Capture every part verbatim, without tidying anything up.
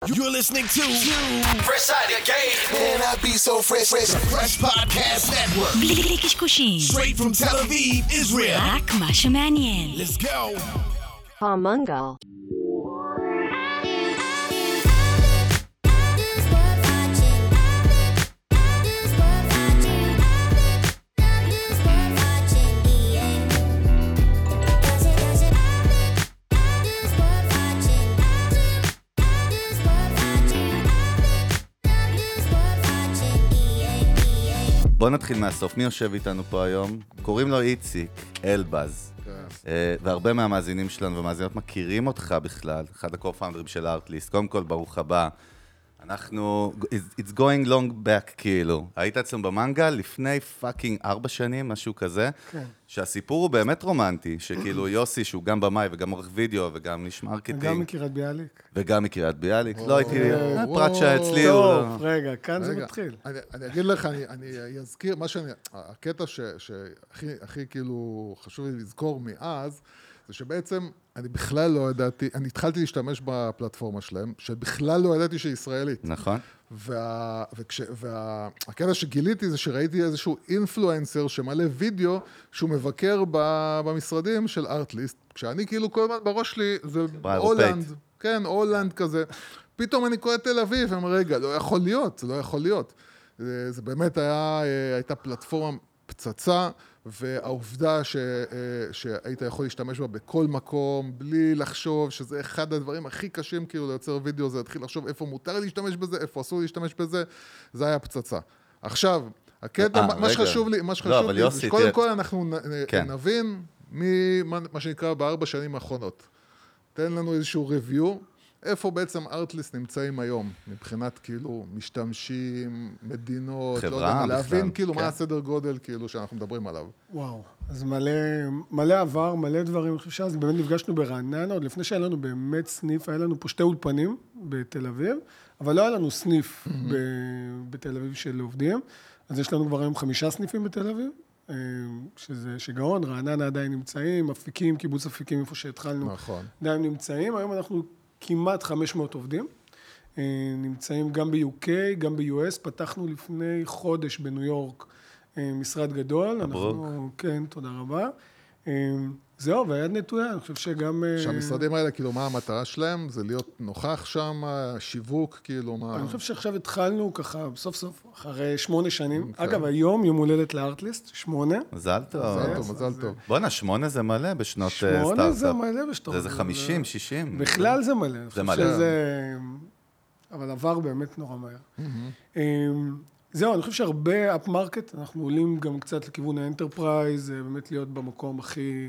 You're listening to Fresh Out of Game. Man, I be so fresh, fresh, fresh podcast network. בלי קשקושים. Straight from Tel Aviv, Israel. רק מה שמעניין. Let's go. Hamungal. בוא נתחיל מהסוף. מי יושב איתנו פה היום? קוראים לו איציק אלבז. והרבה מהמאזינים שלנו ומאזינות מכירים אותך בכלל. אחד הקו-פאונדרים של ארטליסט. קודם כל, ברוך הבא. אנחנו... It's going long back, כאילו. היית אצלנו במנגל לפני פאקינג ארבע שנים, משהו כזה. כן. שהסיפור הוא באמת רומנטי, שכאילו יוסי, שהוא גם במאי וגם עורך וידאו וגם נשמר קטעים. וגם מקריית ביאליק. וגם מקריית ביאליק. לא הייתי... פרט שאצלי הוא... טוב, רגע, כאן זה מתחיל. אני אגיד לך, אני אזכיר, מה שאני... הקטע שהכי כאילו חשוב לי לזכור מאז, זה שבעצם אני בכלל לא ידעתי, אני התחלתי להשתמש בפלטפורמה שלהם, שבכלל לא ידעתי שהיא ישראלית. נכון. והקטע שגיליתי זה שראיתי איזשהו אינפלואנסר שמלא וידאו שהוא מבקר במשרדים של ארטליסט, כשאני כאילו כל הזמן בראש שלי זה הולנד, כן, הולנד כזה. פתאום אני קורא תל אביב, ואומר, רגע, לא יכול להיות, זה לא יכול להיות. זה באמת היה, הייתה פלטפורמה פצצה, והעובדה ש, שהיית יכול להשתמש בה בכל מקום, בלי לחשוב שזה אחד הדברים הכי קשים כאילו לייצר וידאו, זה להתחיל לחשוב איפה מותר להשתמש בזה, איפה אסור להשתמש בזה, זה היה פצצה. עכשיו, הקטע, מה שחשוב לי, מה שחשוב לי, זה שקודם כל אנחנו נבין מה שנקרא בארבע שנים האחרונות. תן לנו איזשהו ריוויו, איפה בעצם ארטליסט נמצאים היום, מבחינת כאילו משתמשים, מדינות, לא יודע, להבין כאילו מה הסדר גודל כאילו שאנחנו מדברים עליו. וואו, אז מלא, מלא עבר, מלא דברים, אני חושב שאז באמת נפגשנו ברעננה, עוד לפני שהיה לנו באמת סניף, היה לנו פה שתי אולפנים בתל אביב, אבל לא היה לנו סניף בתל אביב של עובדים, אז יש לנו כבר היום חמישה סניפים בתל אביב, שזה שגאון, רעננה עדיין נמצאים, אפיקים, קיבוץ אפיקים, איפה שהתחלנו, עדיין נמצאים, היום אנחנו כמעט חמש מאות עובדים, נמצאים גם ב-יו קיי, גם ב-יו אס, פתחנו לפני חודש בניו יורק משרד גדול. אנחנו, כן, תודה רבה. זהו, והיד נטויה, אני חושב שגם... שהמשרדים האלה, כאילו, מה המטרה שלהם? זה להיות נוכח שם, שיווק, כאילו, מה... אני חושב שעכשיו התחלנו ככה, סוף סוף, אחרי שמונה שנים. אגב, היום יום הולדת לארטליסט, שמונה. מזל טוב. מזל טוב, מזל טוב. בוא'נה, שמונה זה מלא בשנות סטארט-אפ. שמונה זה מלא בשנות. זה חמישים, שישים. בכלל זה מלא. זה מלא. אבל עבר באמת נורא מהר. זהו, אני חושב שהרבה אפ-מרקט, אנחנו עולים גם קצת לכיוון האנטרפרייז, באמת להיות במקום הכי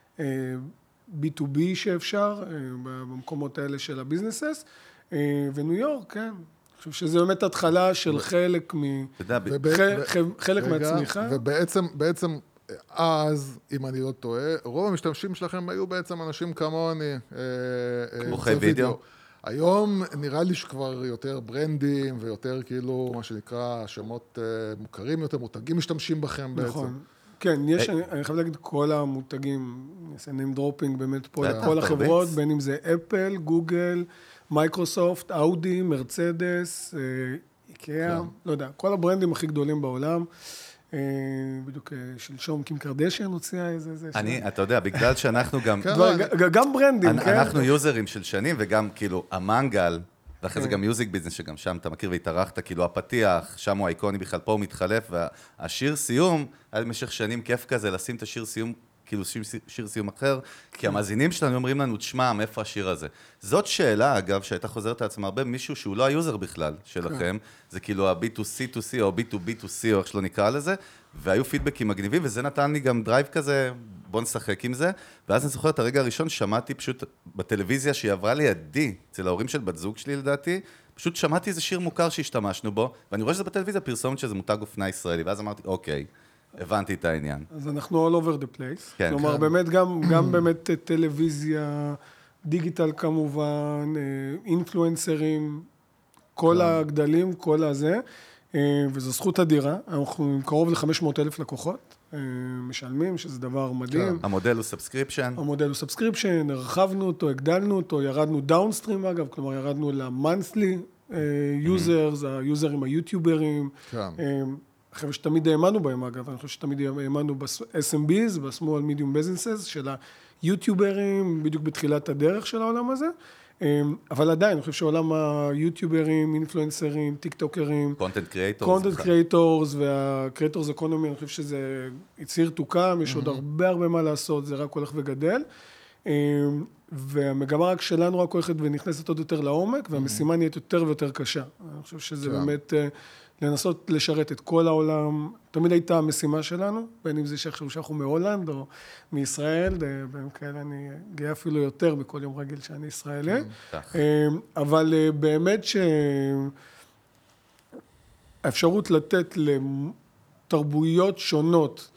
בי טו בי שאפשר, במקומות האלה של הביזנסס, וניו יורק, כן. אני חושב שזה באמת התחלה של חלק מ... חלק מהצמיחה. ובעצם, בעצם, אז, אם אני לא טועה, רוב המשתמשים שלכם היו בעצם אנשים כמוני, כמוכי וידאו. היום נראה לי שכבר יותר ברנדים ויותר כאילו, מה שנקרא, שמות מוכרים יותר, מותגים משתמשים בכם בעצם. נכון. כן, יש, אני חייב להגיד, כל המותגים, נעשה name dropping באמת פה לכל החברות, בין אם זה אפל, גוגל, מייקרוסופט, אאודי, מרצדס, איקאה, לא יודע, כל הברנדים הכי גדולים בעולם. בדיוק שלשום קים קרדשיין הוציאה איזה... אני, אתה יודע, בגלל שאנחנו גם... גם ברנדים, כן? אנחנו יוזרים של שנים, וגם כאילו המנגל, ואחרי זה גם מיוזיק ביזנס, שגם שם אתה מכיר והתארחת, כאילו הפתיח, שם הוא האיקוני בכלל, פה הוא מתחלף, והשיר סיום, היה במשך שנים כיף כזה, לשים את השיר סיום, כאילו שיר סיום אחר, כי המאזינים שלנו אומרים לנו, תשמע, מאיפה השיר הזה? זאת שאלה, אגב, שהייתה חוזרת לעצמה הרבה, מישהו שהוא לא היוזר בכלל שלכם, זה כאילו ה-בי טו סי טו סי או בי טו בי טו סי, או איך שלא נקרא לזה, והיו פידבקים מגניבים, וזה נתן לי גם דרייב כזה, בוא נשחק עם זה, ואז אני זוכר את הרגע הראשון, שמעתי פשוט בטלוויזיה שהיא עברה לידי, אצל ההורים של בת זוג שלי לדעתי, פשוט שמעתי איזה שיר מוכר שהשתמשנו בו, ואני רואה שזה בטלוויזיה פרסומת שזה מותג אופנה ישראלי, ואז אמרתי, אוקיי, הבנתי את העניין. אז אנחנו all over the place. כלומר, באמת גם, גם באמת טלוויזיה, דיגיטל כמובן, אינפלואנסרים, כל הגדלים, כל הזה. וזו זכות אדירה. אנחנו עם קרוב ל-חמש מאות אלף לקוחות משלמים, שזה דבר מדהים. המודל הוא סאבסקריפשן. המודל הוא סאבסקריפשן, הרחבנו אותו, הגדלנו אותו, ירדנו דאונסטרים אגב, כלומר ירדנו למאנסלי יוזרס, היוזרים היוטיוברים. חבר'ה שתמיד האמנו בהם אגב, אני חושב שתמיד האמנו ב-אס אם ביז, ב-Small Medium Businesses, של היוטיוברים, בדיוק בתחילת הדרך של העולם הזה. אבל עדיין, אני חושב שעולם היוטיוברים, אינפלואנסרים, טיק-טוקרים, קונטנט קריאטורס, קונטנט קריאטורס והקריאטורס אקונומי, אני חושב שזה יציר תוקם, יש עוד הרבה הרבה מה לעשות, זה רק הולך וגדל. והמגמה רק שלנו רק הולכת ונכנסת עוד יותר לעומק, והמשימה נהיית יותר ויותר קשה. אני חושב שזה באמת לנסות לשרת את כל העולם. תמיד הייתה המשימה שלנו, בין אם זה שעכשיו שאנחנו מהולנד או מישראל, בהם כאלה אני גאה אפילו יותר בכל יום רגיל שאני ישראלי. אבל באמת שהאפשרות לתת לתרבויות שונות,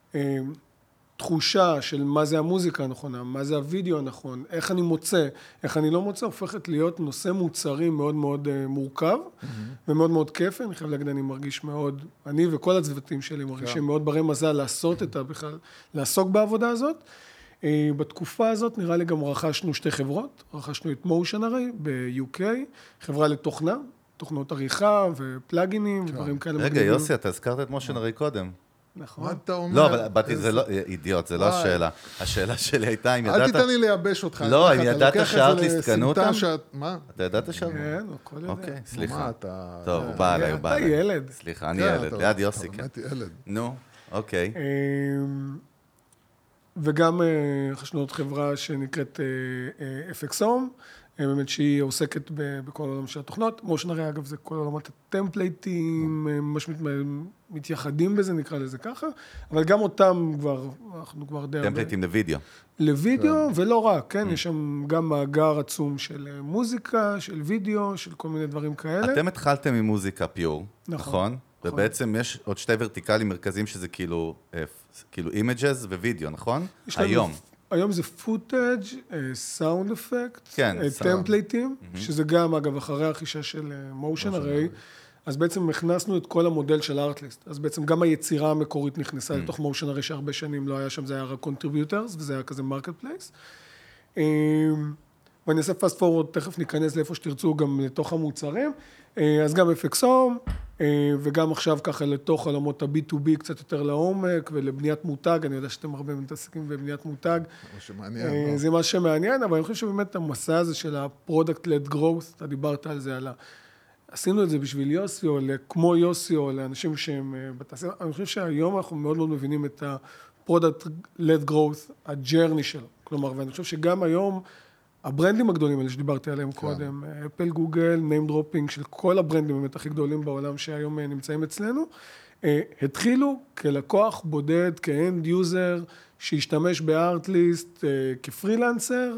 תחושה של מה זה המוזיקה הנכונה, מה זה הוידאו הנכון, איך אני מוצא, איך אני לא מוצא, הופכת להיות נושא מוצרי מאוד מאוד מורכב, ומאוד מאוד כיף. אני חייב להגיד, אני מרגיש מאוד, אני וכל הצוותים שלי מרגישים מאוד ברי מזל לעשות את בכלל, לעסוק בעבודה הזאת. בתקופה הזאת נראה לי גם רכשנו שתי חברות, רכשנו את Motionary ב-יו קיי, חברה לתוכנה, תוכנות עריכה ופלאגינים, דברים כאלה. רגע, יוסי, אתה הזכרת את Motionary קודם. נכון. מה אתה אומר? לא, אבל באתי, זה לא, אידיוט, זה לא השאלה. השאלה שלי הייתה אם ידעת... אל תיתן לי לייבש אותך. לא, אם ידעת שארטליסט קנו אותם? מה? אתה ידעת שם? כן, הכל יודע. אוקיי, סליחה. מה אתה... טוב, הוא בא עליי, הוא בא עליי. אתה ילד. סליחה, אני ילד, ליד יוסי, כן. אתה ילד. נו, אוקיי. וגם חשנו עוד חברה שנקראת אף אקס הום, באמת שהיא עוסקת בכל העולם של התוכנות. Motionary, אגב, זה כל עולמות הטמפלייטים, ממש מתייחדים בזה, נקרא לזה ככה, אבל גם אותם כבר, אנחנו כבר די הרבה... טמפלייטים לוידאו. לוידאו, ולא רק, כן, יש שם גם מאגר עצום של מוזיקה, של וידאו, של כל מיני דברים כאלה. אתם התחלתם עם מוזיקה פיור, נכון? ובעצם יש עוד שתי ורטיקלים מרכזיים שזה כאילו, כאילו אימג'ז ווידאו, נכון? היום. היום זה פוטאג', סאונד אפקט, טמפלייטים, שזה גם, אגב, אחרי הרכישה של Motionary, אז בעצם הכנסנו את כל המודל של ארטליסט. אז בעצם גם היצירה המקורית נכנסה לתוך Motionary, שהרבה שנים לא היה שם, זה היה רק contributors, וזה היה כזה מרקט פלייס. ואני אעשה פאסט פורוורד, תכף ניכנס לאיפה שתרצו גם לתוך המוצרים. אז גם אף אקס הום, וגם עכשיו ככה לתוך עולמות ה-בי טו בי קצת יותר לעומק, ולבניית מותג, אני יודע שאתם הרבה מתעסקים בבניית מותג. מה שמעניין. זה מה שמעניין, אבל אני חושב שבאמת המסע הזה של ה-product-led growth, אתה דיברת על זה, על ה... עשינו את זה בשביל יוסי, או כמו יוסי, או לאנשים שהם בתעשייה. אני חושב שהיום אנחנו מאוד מאוד מבינים את ה-product-led growth, הג'רני שלו. כלומר, ואני חושב שגם היום, הברנדים הגדולים האלה שדיברתי עליהם קודם, אפל, גוגל, ניים דרופינג של כל הברנדים באמת הכי גדולים בעולם שהיום נמצאים אצלנו, התחילו כלקוח בודד, כאנד יוזר, שהשתמש בארטליסט כפרילנסר,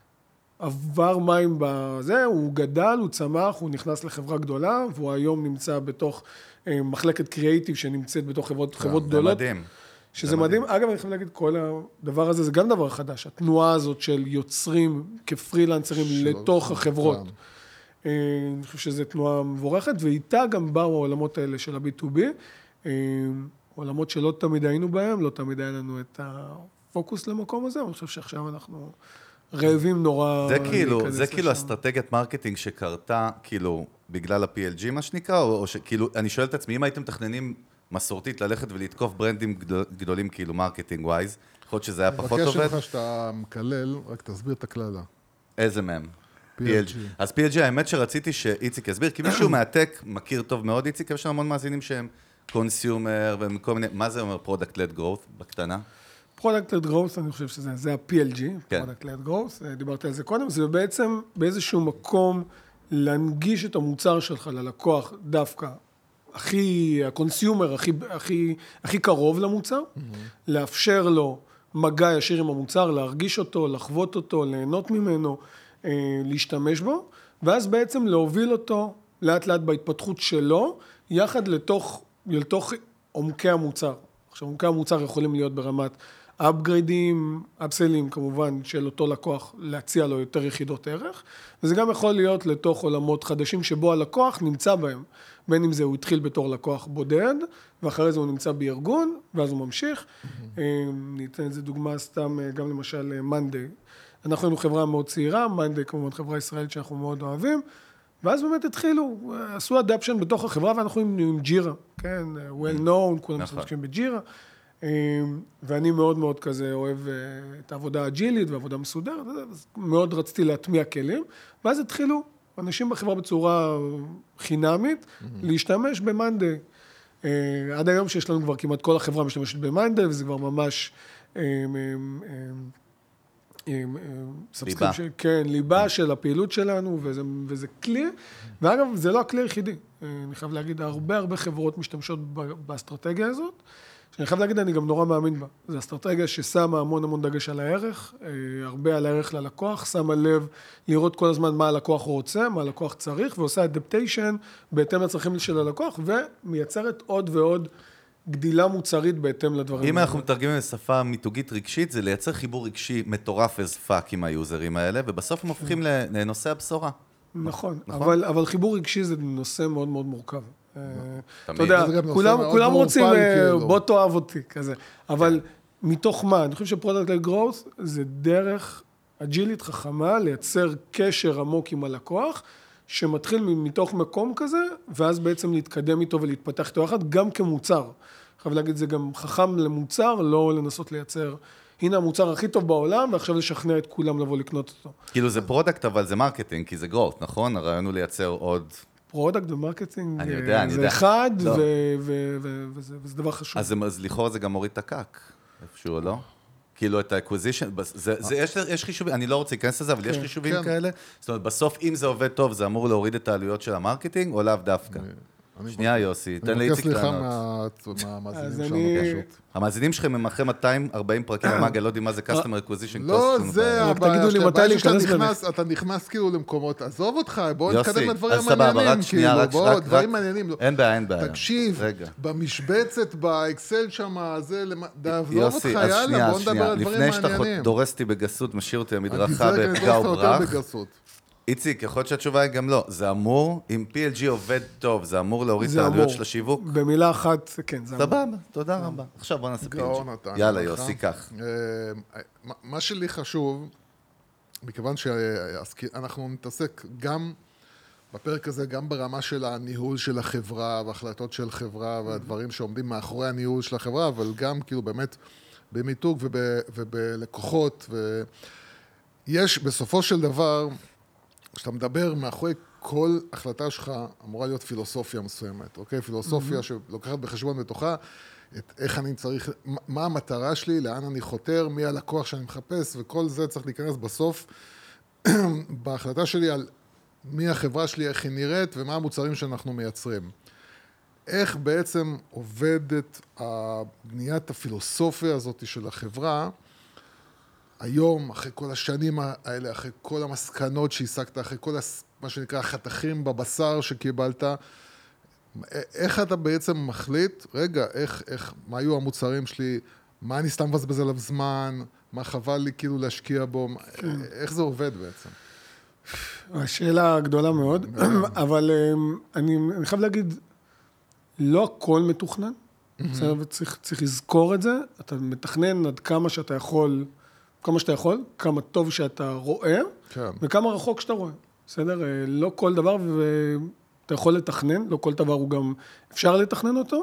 עבר מים בזה, הוא גדל, הוא צמח, הוא נכנס לחברה גדולה, והוא היום נמצא בתוך מחלקת קריאייטיב שנמצאת בתוך חברות, חברות גדולות. זה מדהים. שזה מדהים. אגב, אני חייב להגיד, כל הדבר הזה, זה גם דבר חדש. התנועה הזאת של יוצרים כפרילנסרים לתוך החברות. אני חושב שזו תנועה מבורכת, ואיתה גם באו העולמות האלה של ה-בי טו בי, עולמות שלא תמיד היינו בהם, לא תמיד היה לנו את הפוקוס למקום הזה, אני חושב שעכשיו אנחנו רעבים נורא... זה כאילו, זה כאילו אסטרטגיית מרקטינג שקרתה, כאילו, בגלל ה-פי אל ג'י, מה שנקרא, או שכאילו, אני שואל את עצמי, אם הייתם מתכננים מסורתית ללכת ולתקוף ברנדים גדולים, כאילו מרקטינג ווייז, יכול להיות שזה היה פחות עובד. מבקש לך שאתה מקלל, רק תסביר את הכללה. איזה מהם? פי אל ג'י. אז פי אל ג'י, האמת שרציתי שאיציק יסביר, כי מישהו מהטק מכיר טוב מאוד איציק, יש לנו המון מאזינים שהם קונסיומר וכל מיני, מה זה אומר Product-led growth בקטנה? Product-led growth, אני חושב שזה, זה ה-פי אל ג'י, Product-led growth, דיברתי על זה קודם, זה בעצם באיזשהו מקום להנגיש את המוצר שלך ללקוח דווקא, הכי, הקונסיומר הכי, הכי, הכי קרוב למוצר, לאפשר לו מגע ישיר עם המוצר, להרגיש אותו, לחוות אותו, ליהנות ממנו, להשתמש בו, ואז בעצם להוביל אותו לאט לאט בהתפתחות שלו, יחד לתוך, לתוך עומקי המוצר. עכשיו, עומקי המוצר יכולים להיות ברמת אפגריידים, אפסלים כמובן של אותו לקוח להציע לו יותר יחידות ערך, וזה גם יכול להיות לתוך עולמות חדשים שבו הלקוח נמצא בהם, בין אם זה הוא התחיל בתור לקוח בודד, ואחרי זה הוא נמצא בארגון, ואז הוא ממשיך. Mm-hmm. ניתן איזה דוגמה סתם, גם למשל מאנדיי. אנחנו היינו חברה מאוד צעירה, מאנדיי כמובן חברה ישראלית שאנחנו מאוד אוהבים, ואז באמת התחילו, עשו אדאפשן בתוך החברה, ואנחנו עם, עם ג'ירה, כן, well known, כולם משחקים בג'ירה, ואני מאוד מאוד כזה אוהב את העבודה האג'ילית והעבודה מסודרת, מאוד רציתי להטמיע כלים, ואז התחילו אנשים בחברה בצורה חינמית, להשתמש במאנדיי. עד היום שיש לנו כבר כמעט כל החברה משתמשת במאנדיי, וזה כבר ממש ליבה. כן, ליבה של הפעילות שלנו, וזה, וזה כלי, ואגב, זה לא הכלי היחידי. אני חייב להגיד, הרבה הרבה חברות משתמשות באסטרטגיה הזאת, שאני חייב להגיד, אני גם נורא מאמין בה. זו אסטרטגיה ששמה המון המון דגש על הערך, הרבה על הערך ללקוח, שמה לב לראות כל הזמן מה הלקוח רוצה, מה הלקוח צריך, ועושה אדפטיישן בהתאם לצרכים של הלקוח, ומייצרת עוד ועוד גדילה מוצרית בהתאם לדברים. אם אנחנו מתרגמים לשפה מיתוגית רגשית, זה לייצר חיבור רגשי מטורף as fuck עם היוזרים האלה, ובסוף הם הופכים לנושא הבשורה. נכון, אבל, אבל חיבור רגשי זה נושא מאוד מאוד מורכב. אתה יודע, כולם רוצים, בוא תאהב אותי, כזה. אבל מתוך מה? אני חושב שפרודקט גרוס זה דרך אג'ילית חכמה, לייצר קשר עמוק עם הלקוח, שמתחיל מתוך מקום כזה, ואז בעצם להתקדם איתו ולהתפתח איתו יחד, גם כמוצר. חייב להגיד, זה גם חכם למוצר, לא לנסות לייצר, הנה המוצר הכי טוב בעולם, ועכשיו לשכנע את כולם לבוא לקנות אותו. כאילו זה פרודקט, אבל זה מרקטינג, כי זה גרוס, נכון? הרעיון הוא לייצר עוד... פרודקט ומרקטינג, אני יודע, אני יודע. זה אחד, וזה דבר חשוב. אז לכאורה זה גם מוריד את הקק, איפשהו, לא? כאילו את האקוויזישן, יש חישובים, אני לא רוצה להיכנס לזה, אבל יש חישובים כאלה. זאת אומרת, בסוף אם זה עובד טוב, זה אמור להוריד את העלויות של המרקטינג, או לאו דווקא. שנייה יוסי, תן לי איציק לענות. מהמאזינים שלנו פשוט. המאזינים שלכם הם אחרי מאתיים וארבעים פרקים במאגל, לא יודעים מה זה customer acquisition cost. לא, זה הבעיה שלך, אתה נכנס כאילו למקומות, עזוב אותך, בואו נתקדם לדברים מעניינים, כאילו, בואו, דברים מעניינים. אין בעיה, אין בעיה. תקשיב, במשבצת, באקסל שם, זה, עזוב אותך, יאללה, בואו נדבר על דברים מעניינים. לפני שאתה דורס אותי בגסות, משאיר אותי המדרכה בפגע וברח. איציק, יכול להיות שהתשובה היא גם לא. זה אמור, אם פי אל ג'י עובד טוב, זה אמור להוריד את העלויות של השיווק? במילה אחת, כן, זה אמור. סבבה, תודה רבה. עכשיו בוא נעשה פי אל ג'י. יאללה, יוסי, כך. מה שלי חשוב, מכיוון שאנחנו נתעסק גם בפרק הזה, גם ברמה של הניהול של החברה, והחלטות של חברה, והדברים שעומדים מאחורי הניהול של החברה, אבל גם כאילו באמת במיתוג ובלקוחות, ויש בסופו של דבר, כשאתה מדבר מאחורי כל החלטה שלך, אמורה להיות פילוסופיה מסוימת, אוקיי? פילוסופיה שלוקחת בחשבון בתוכה, את איך אני צריך, מה המטרה שלי, לאן אני חותר, מי הלקוח שאני מחפש, וכל זה צריך להיכנס בסוף בהחלטה שלי על מי החברה שלי, איך היא נראית, ומה המוצרים שאנחנו מייצרים. איך בעצם עובדת בניית הפילוסופיה הזאת של החברה, היום, אחרי כל השנים האלה, אחרי כל המסקנות שהשגת, אחרי כל מה שנקרא חתכים בבשר שקיבלת, איך אתה בעצם מחליט, רגע, איך, איך, מה היו המוצרים שלי, מה אני סתם מבזבז עליו זמן, מה חבל לי כאילו להשקיע בו, כן. איך זה עובד בעצם? השאלה גדולה מאוד, אבל אני, אני חייב להגיד, לא הכל מתוכנן, וצריך, צריך לזכור את זה, אתה מתכנן עד כמה שאתה יכול, כמה שאתה יכול, כמה טוב שאתה רואה, כן. וכמה רחוק שאתה רואה. בסדר? לא כל דבר, ואתה יכול לתכנן, לא כל דבר הוא גם אפשר לתכנן אותו,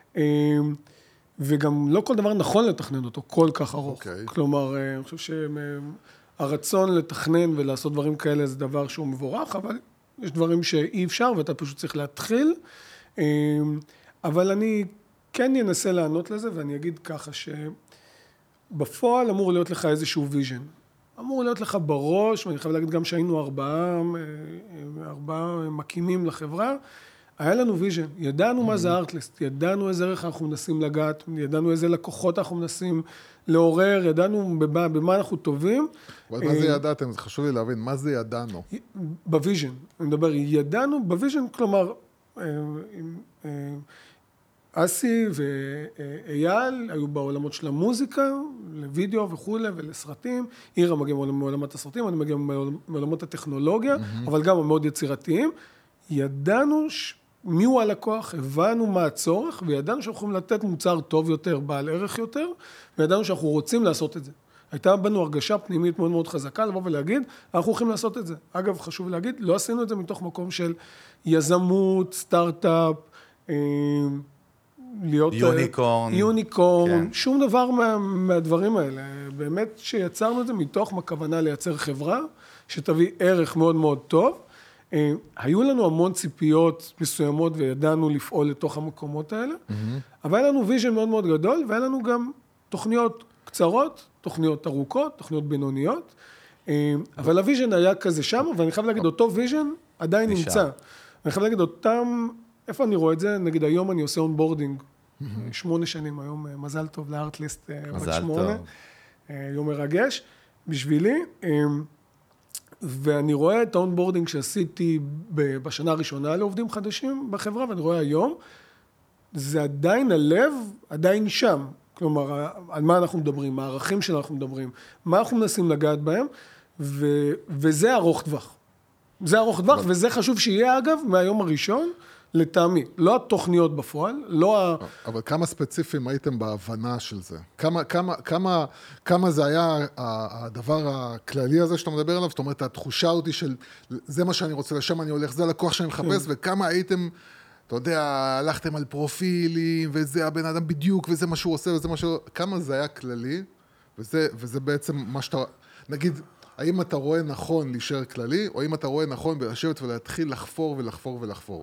וגם לא כל דבר נכון לתכנן אותו, כל כך ארוך. Okay. כלומר, אני חושב שהרצון לתכנן ולעשות דברים כאלה זה דבר שהוא מבורך, אבל יש דברים שאי אפשר, ואתה פשוט צריך להתחיל. אבל אני כן אנסה לענות לזה, ואני אגיד ככה ש... בפועל אמור להיות לך איזשהו ויז'ן. אמור להיות לך בראש, ואני חייב להגיד גם שהיינו ארבעה, ארבעה מקימים לחברה, היה לנו ויז'ן, ידענו מה זה ארטליסט, ידענו איזה ערך אנחנו מנסים לגעת, ידענו איזה לקוחות אנחנו מנסים לעורר, ידענו במה, במה אנחנו טובים. אבל מה זה ידעתם? זה חשוב לי להבין, מה זה ידענו? בוויז'ן, אני מדבר, ידענו בוויז'ן, כלומר, אסי ואייל היו בעולמות של המוזיקה, לוידאו וכו' ולסרטים. עירה מגיע מעולמות הסרטים, אני מגיע מעולמות הטכנולוגיה, mm-hmm. אבל גם מאוד יצירתיים. ידענו מי הוא הלקוח, הבנו מה הצורך, וידענו שאנחנו יכולים לתת מוצר טוב יותר, בעל ערך יותר, וידענו שאנחנו רוצים לעשות את זה. הייתה בנו הרגשה פנימית מאוד מאוד חזקה, לבוא ולהגיד, אנחנו הולכים לעשות את זה. אגב, חשוב להגיד, לא עשינו את זה מתוך מקום של יזמות, סטארט-אפ, להיות... יוניקורן. יוניקורן, כן. שום דבר מה, מהדברים האלה. באמת שיצרנו את זה מתוך הכוונה לייצר חברה, שתביא ערך מאוד מאוד טוב. היו לנו המון ציפיות מסוימות, וידענו לפעול לתוך המקומות האלה, mm-hmm. אבל היה לנו ויז'ן מאוד מאוד גדול, והיה לנו גם תוכניות קצרות, תוכניות ארוכות, תוכניות בינוניות, אבל הוויז'ן היה כזה שם, ואני חייב להגיד, אותו ויז'ן עדיין נמצא. אני חייב להגיד, אותם, איפה אני רואה את זה? נגיד, היום אני עושה אונבורדינג, שמונה שנים, היום מזל טוב לארטליסט בת שמונה, יום מרגש, בשבילי, ואני רואה את האונבורדינג שעשיתי בשנה הראשונה לעובדים חדשים בחברה, ואני רואה היום, זה עדיין הלב, עדיין שם. כלומר, על מה אנחנו מדברים, מה הערכים שאנחנו מדברים, מה אנחנו מנסים לגעת בהם, ו- וזה ארוך טווח. זה ארוך טווח, וזה חשוב שיהיה, אגב, מהיום הראשון, לטעמי. לא התוכניות בפועל, לא ה... אבל כמה ספציפיים הייתם בהבנה של זה? כמה, כמה, כמה, כמה זה היה הדבר הכללי הזה שאתה מדבר עליו? זאת אומרת, התחושה אותי של, זה מה שאני רוצה, לשם אני הולך, זה הלקוח שאני מחפש, וכמה הייתם... אתה יודע, הלכתם על פרופילים, וזה הבן אדם בדיוק, וזה מה שהוא עושה, וזה מה שהוא... כמה זה היה כללי, וזה, וזה בעצם מה שאתה... נגיד, האם אתה רואה נכון להישאר כללי, או האם אתה רואה נכון לשבת ולהתחיל לחפור ולחפור ולחפור?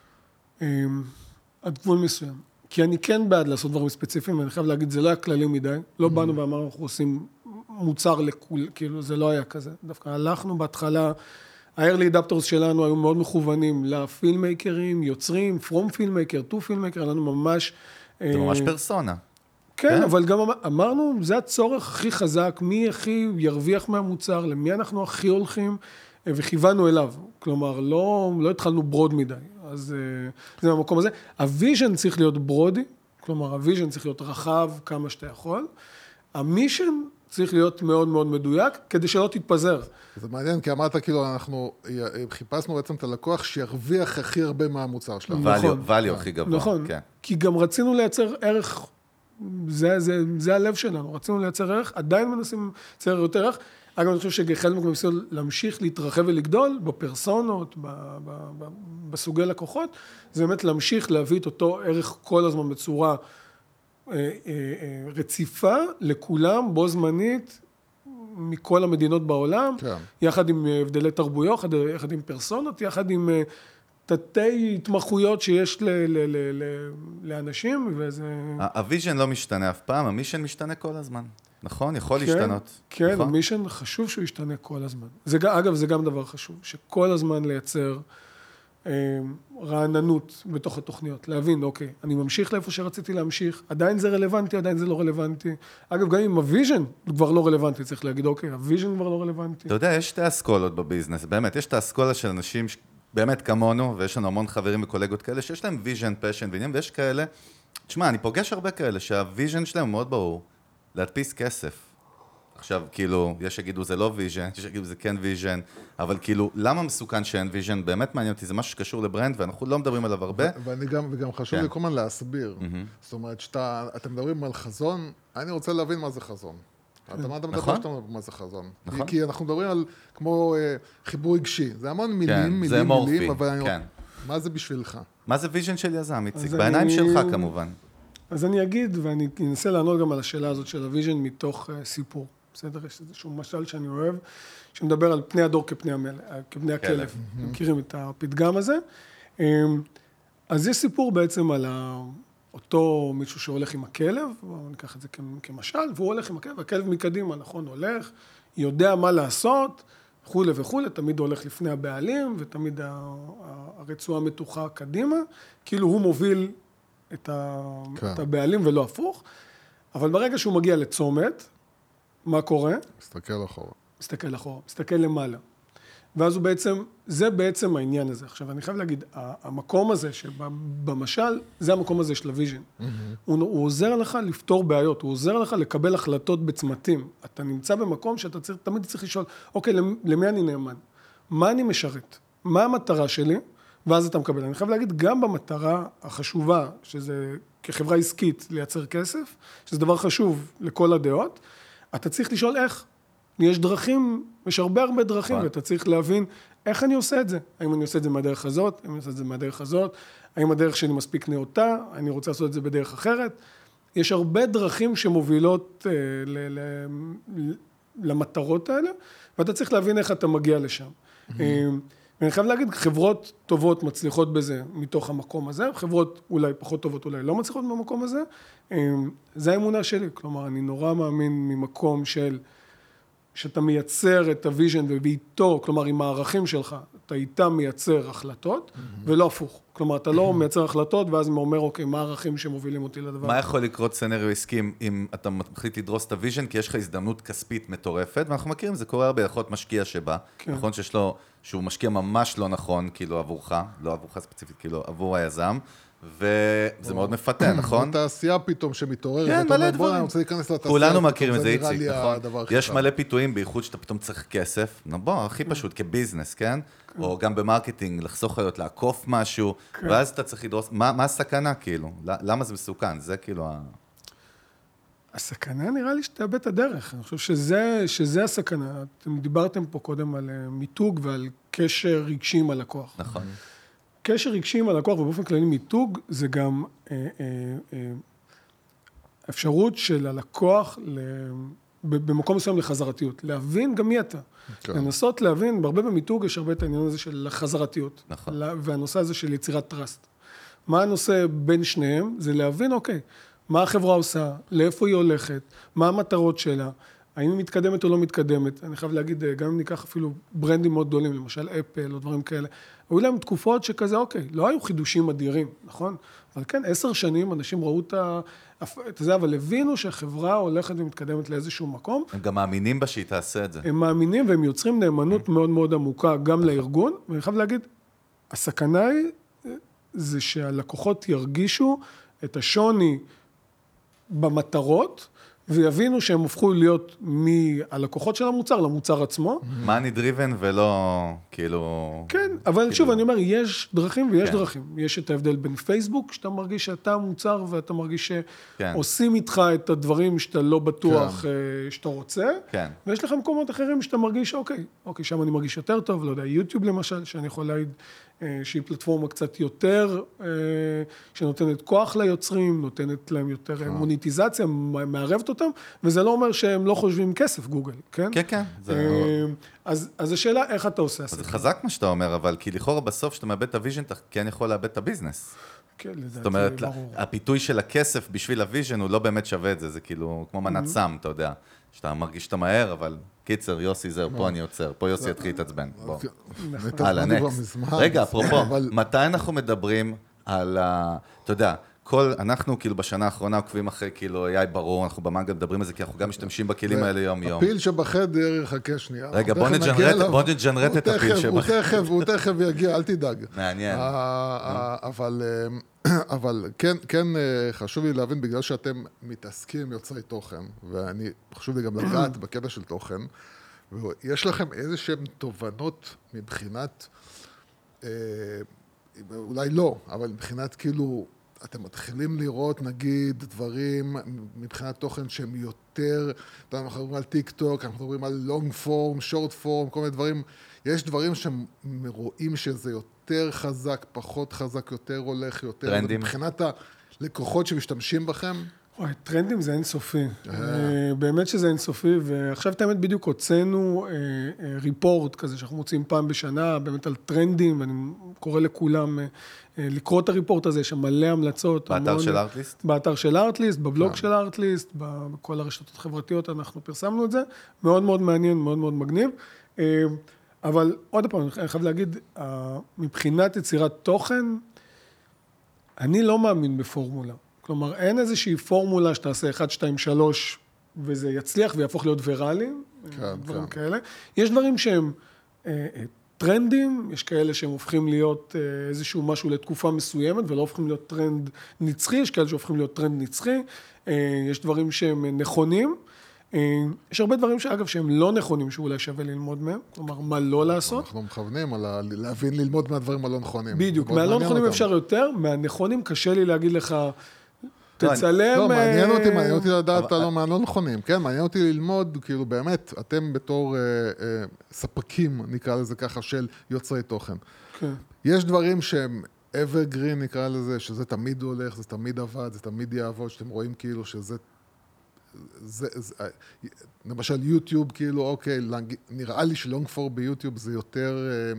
עד גבול מסוים. כי אני כן בעד לעשות דברים ספציפיים, ואני חייב להגיד, זה לא היה כללי מדי. לא באנו ואמרנו, אנחנו עושים מוצר לכול, כאילו, זה לא היה כזה. דווקא הלכנו בהתחלה... ה-early adapters שלנו היו מאוד מכוונים לפילמייקרים, יוצרים, from filmmaker to filmmaker, לנו ממש... זה ממש פרסונה. כן, אבל גם אמרנו, זה הצורך הכי חזק, מי הכי ירוויח מהמוצר, למי אנחנו הכי הולכים, וכיוונו אליו. כלומר, לא, לא התחלנו ברוד מדי. אז זה במקום הזה. הוויז'ן צריך להיות ברודי, כלומר, הוויז'ן צריך להיות רחב כמה שאתה יכול. המישן צריך להיות מאוד מאוד מדויק, כדי שלא תתפזר. זה מעניין, כי אמרת כאילו, אנחנו חיפשנו בעצם את הלקוח שירוויח הכי הרבה מהמוצר שלנו. נכון. ואליו הכי גבוה. נכון, כי גם רצינו לייצר ערך, זה, זה, זה הלב שלנו, רצינו לייצר ערך, עדיין מנסים לייצר יותר ערך. אגב, אני חושב שחלק מהניסיון להמשיך להתרחב ולגדול, בפרסונות, ב, ב, ב, בסוגי לקוחות, זה באמת להמשיך להביא את אותו ערך כל הזמן בצורה רציפה לכולם, בו זמנית, מכל המדינות בעולם, כן. יחד עם הבדלי תרבויות, יחד, יחד עם פרסונות, יחד עם תתי התמחויות שיש ל, ל, ל, ל, לאנשים, וזה... הוויז'ן לא משתנה אף פעם, המישן משתנה כל הזמן, נכון? יכול כן, להשתנות. כן, נכון? המישן חשוב שהוא ישתנה כל הזמן. זה, אגב, זה גם דבר חשוב, שכל הזמן לייצר רעננות בתוך התוכניות, להבין, אוקיי, אני ממשיך לאיפה שרציתי להמשיך, עדיין זה רלוונטי, עדיין זה לא רלוונטי. אגב, גם אם הוויז'ן כבר לא רלוונטי, צריך להגיד, אוקיי, הוויז'ן כבר לא רלוונטי. אתה יודע, יש שתי אסכולות בביזנס, באמת, יש את האסכולה של אנשים באמת כמונו, ויש לנו המון חברים וקולגות כאלה, שיש להם ויז'ן, פשן ועניין, ויש כאלה, תשמע, אני פוגש הרבה כאלה, שהוויז'ן שלהם מאוד ברור, להדפיס כסף. עכשיו, כאילו, יש שיגידו זה לא ויז'ן, יש שיגידו זה כן ויז'ן, אבל כאילו, למה מסוכן שאין ויז'ן? באמת מעניין אותי, זה משהו שקשור לברנד, ואנחנו לא מדברים עליו הרבה. ואני גם, וגם חשוב לי כל הזמן להסביר. זאת אומרת, שאתם מדברים על חזון, אני רוצה להבין מה זה חזון. אתה מה אתה מדבר שאתה מדבר מה זה חזון. כי אנחנו מדברים על כמו חיבור רגשי. זה המון מילים, מילים, מילים, אבל מה זה בשבילך? מה זה ויז'ן של יזם, איציק? בעיניים שלך כמובן. אז אני אגיד, ואני אנסה לענות גם על השאלה הזאת של הוויז'ן מתוך סיפור. בסדר, יש איזשהו משל שאני אוהב, שמדבר על פני הדור כפני, המל... כפני הכלב. אתם מכירים את הפתגם הזה. אז יש סיפור בעצם על אותו מישהו שהולך עם הכלב, בואו ניקח את זה כמשל, והוא הולך עם הכלב, הכלב מקדימה, נכון, הולך, יודע מה לעשות, וכו' וכו', תמיד הולך לפני הבעלים, ותמיד הרצועה מתוחה קדימה, כאילו הוא מוביל את, ה... כן. את הבעלים ולא הפוך, אבל ברגע שהוא מגיע לצומת, מה קורה? מסתכל אחורה. מסתכל אחורה, מסתכל למעלה. ואז הוא בעצם, זה בעצם העניין הזה. עכשיו, אני חייב להגיד, המקום הזה, שבמשל, זה המקום הזה של הוויז'ן. Mm-hmm. הוא, הוא עוזר לך לפתור בעיות, הוא עוזר לך לקבל החלטות בצמתים. אתה נמצא במקום שאתה צריך, תמיד צריך לשאול, אוקיי, למי אני נאמן? מה אני משרת? מה המטרה שלי? ואז אתה מקבל. אני חייב להגיד, גם במטרה החשובה, שזה כחברה עסקית לייצר כסף, שזה דבר חשוב לכל הדעות, אתה צריך לשאול איך. יש דרכים, יש הרבה הרבה דרכים, ואתה צריך להבין איך אני עושה את זה. האם אני עושה את זה מהדרך הזאת, האם אני עושה את זה מהדרך הזאת, האם הדרך שלי מספיק נאותה, אני רוצה לעשות את זה בדרך אחרת. יש הרבה דרכים שמובילות ל- ל- למטרות האלה, ואתה צריך להבין איך אתה מגיע לשם. ואני חייב להגיד, חברות טובות מצליחות בזה מתוך המקום הזה, חברות אולי פחות טובות, אולי לא מצליחות במקום הזה. זה האמונה שלי, כלומר, אני נורא מאמין ממקום של, שאתה מייצר את הוויז'ן ובאיתו, כלומר, עם הערכים שלך, אתה איתה מייצר החלטות, ולא הפוך. כלומר, אתה לא מייצר החלטות, ואז הוא אומר, אוקיי, מה הערכים שמובילים אותי לדבר? מה יכול לקרות סצנריו עסקי אם אתה מחליט לדרוס את הוויז'ן, כי יש לך הזדמנות כספית מטורפת, ואנחנו מכירים, זה קורה הרבה, יכול להיות משקיע שבא, נכון שיש לו, שהוא משקיע ממש לא נכון, כאילו עבורך, לא עבורך ספציפית, כאילו עבור היזם, וזה מאוד מפתה, נכון? התעשייה פתאום שמתעוררת, כן, מלא דברים. אני רוצה להיכנס לתעשייה. כולנו מכירים את זה, איציק, נכון? יש מלא פיתויים, בייחוד שאתה פתאום צריך כסף, בוא, הכי פשוט, כביזנס, כן? או גם במרקטינג, לחסוך חיות, לעקוף משהו, ואז אתה צריך לדרוס, מה הסכנה, כאילו? למה זה מסוכן? זה כאילו ה... הסכנה נראה לי שתאבד את הדרך. אני חושב שזה, שזה הסכנה. אתם דיברתם פה קודם על מיתוג ועל קשר רגשי עם הלקוח. נכון. קשר רגשי עם הלקוח, ובאופן כללי מיתוג, זה גם אה, אה, אה, אפשרות של הלקוח ל... במקום מסוים לחזרתיות. להבין גם מי אתה. כן. לנסות להבין, בהרבה במיתוג יש הרבה את העניין הזה של חזרתיות. נכון. והנושא הזה של יצירת טראסט. מה הנושא בין שניהם? זה להבין, אוקיי, מה החברה עושה, לאיפה היא הולכת, מה המטרות שלה, האם היא מתקדמת או לא מתקדמת. אני חייב להגיד, גם אם ניקח אפילו ברנדים מאוד גדולים, למשל אפל או דברים כאלה, היו להם תקופות שכזה, אוקיי, לא היו חידושים אדירים, נכון? אבל כן, עשר שנים אנשים ראו את זה, אבל הבינו שהחברה הולכת ומתקדמת לאיזשהו מקום. הם גם מאמינים בה שהיא תעשה את זה. הם מאמינים והם יוצרים נאמנות מאוד מאוד עמוקה גם לארגון, ואני חייב להגיד, הסכנה היא, זה שהלקוחות ירגישו את השוני במטרות, ויבינו שהם הופכו להיות מהלקוחות של המוצר למוצר עצמו. מאני דריבן ולא כאילו... כן, אבל שוב, אני אומר, יש דרכים ויש דרכים. יש את ההבדל בין פייסבוק, שאתה מרגיש שאתה מוצר, ואתה מרגיש שעושים איתך את הדברים שאתה לא בטוח שאתה רוצה, ויש לך מקומות אחרים שאתה מרגיש, אוקיי, אוקיי, שם אני מרגיש יותר טוב, לא יודע, יוטיוב למשל, שאני יכול להעיד שהיא פלטפורמה קצת יותר, שנותנת כוח ליוצרים, נותנת להם יותר מוניטיזציה, מערבת אותם, וזה לא אומר שהם לא חושבים כסף, גוגל, כן? כן, כן. אז, אז השאלה, איך אתה עושה? זה חזק מה שאתה אומר, אבל כי לכאורה בסוף שאתה מאבד את הוויז'ן, אתה כן יכול לאבד את הביזנס. כן, לדעתי, זאת אומרת, הפיתוי של הכסף בשביל הוויז'ן הוא לא באמת שווה את זה, זה כאילו כמו מנת סם, אתה יודע, שאתה מרגיש שאתה מהר, אבל קיצר, יוסי זר, פה אני עוצר, פה יוסי יתחיל להתעצבן. בוא. הלאה, נקסט. רגע, אפרופו, מתי אנחנו מדברים על ה... אתה יודע, כל, אנחנו כאילו בשנה האחרונה עוקבים אחרי כאילו איי ברור, אנחנו במנגל מדברים על זה, כי אנחנו גם משתמשים בכלים האלה יום יום. הפיל שבחדר, חכה שנייה. רגע, בוא נג'נרט את הפיל שבחדר. הוא תכף יגיע, אל תדאג. מעניין. אבל כן, כן חשוב לי להבין, בגלל שאתם מתעסקים יוצרי תוכן, ואני חשוב לי גם לגעת בקטע של תוכן, ויש לכם איזה שהן תובנות מבחינת, אולי לא, אבל מבחינת כאילו, אתם מתחילים לראות, נגיד, דברים מבחינת תוכן שהם יותר, אנחנו מדברים על טיק טוק, אנחנו מדברים על לונג פורם, שורט פורם, כל מיני דברים, יש דברים שרואים שזה יותר חזק, פחות חזק, יותר הולך, יותר... טרנדים. מבחינת הלקוחות שמשתמשים בכם. אוי, טרנדים זה אינסופי. באמת שזה אינסופי, ועכשיו תאמת בדיוק הוצאנו ריפורט כזה, שאנחנו מוצאים פעם בשנה, באמת על טרנדים, ואני קורא לכולם לקרוא את הריפורט הזה, יש מלא המלצות. באתר של ארטליסט? באתר של ארטליסט, בבלוג של ארטליסט, בכל הרשתות החברתיות אנחנו פרסמנו את זה, מאוד מאוד מעניין, מאוד מאוד מגניב. אבל עוד פעם, אני חייב להגיד, מבחינת יצירת תוכן, אני לא מאמין בפורמולה. כלומר, אין איזושהי פורמולה שתעשה אחת, שתיים, שלוש, וזה יצליח ויהפוך להיות ויראלי, דברים כאלה. יש דברים שהם טרנדים, יש כאלה שהם הופכים להיות איזשהו משהו לתקופה מסוימת, ולא הופכים להיות טרנד נצחי, יש כאלה שהופכים להיות טרנד נצחי, יש דברים שהם נכונים, יש הרבה דברים שאגב שהם לא נכונים, שאולי שווה ללמוד מהם, כלומר, מה לא לעשות. אנחנו מכוונים על להבין ללמוד מהדברים הלא נכונים. בדיוק, מהלא נכונים אפשר יותר, מהנכונים קשה לי להגיד לך, תצלם... לא, מעניין אותי, מעניין אותי לדעת מהלא נכונים, כן, מעניין אותי ללמוד, כאילו באמת, אתם בתור ספקים, נקרא לזה ככה, של יוצרי תוכן. יש דברים שהם evergreen, נקרא לזה, שזה תמיד הולך, זה תמיד עבד, זה תמיד יעבוד, שאתם רואים כאילו שזה... זה, זה, למשל יוטיוב, כאילו, אוקיי, נראה לי שלונג פור ביוטיוב זה יותר,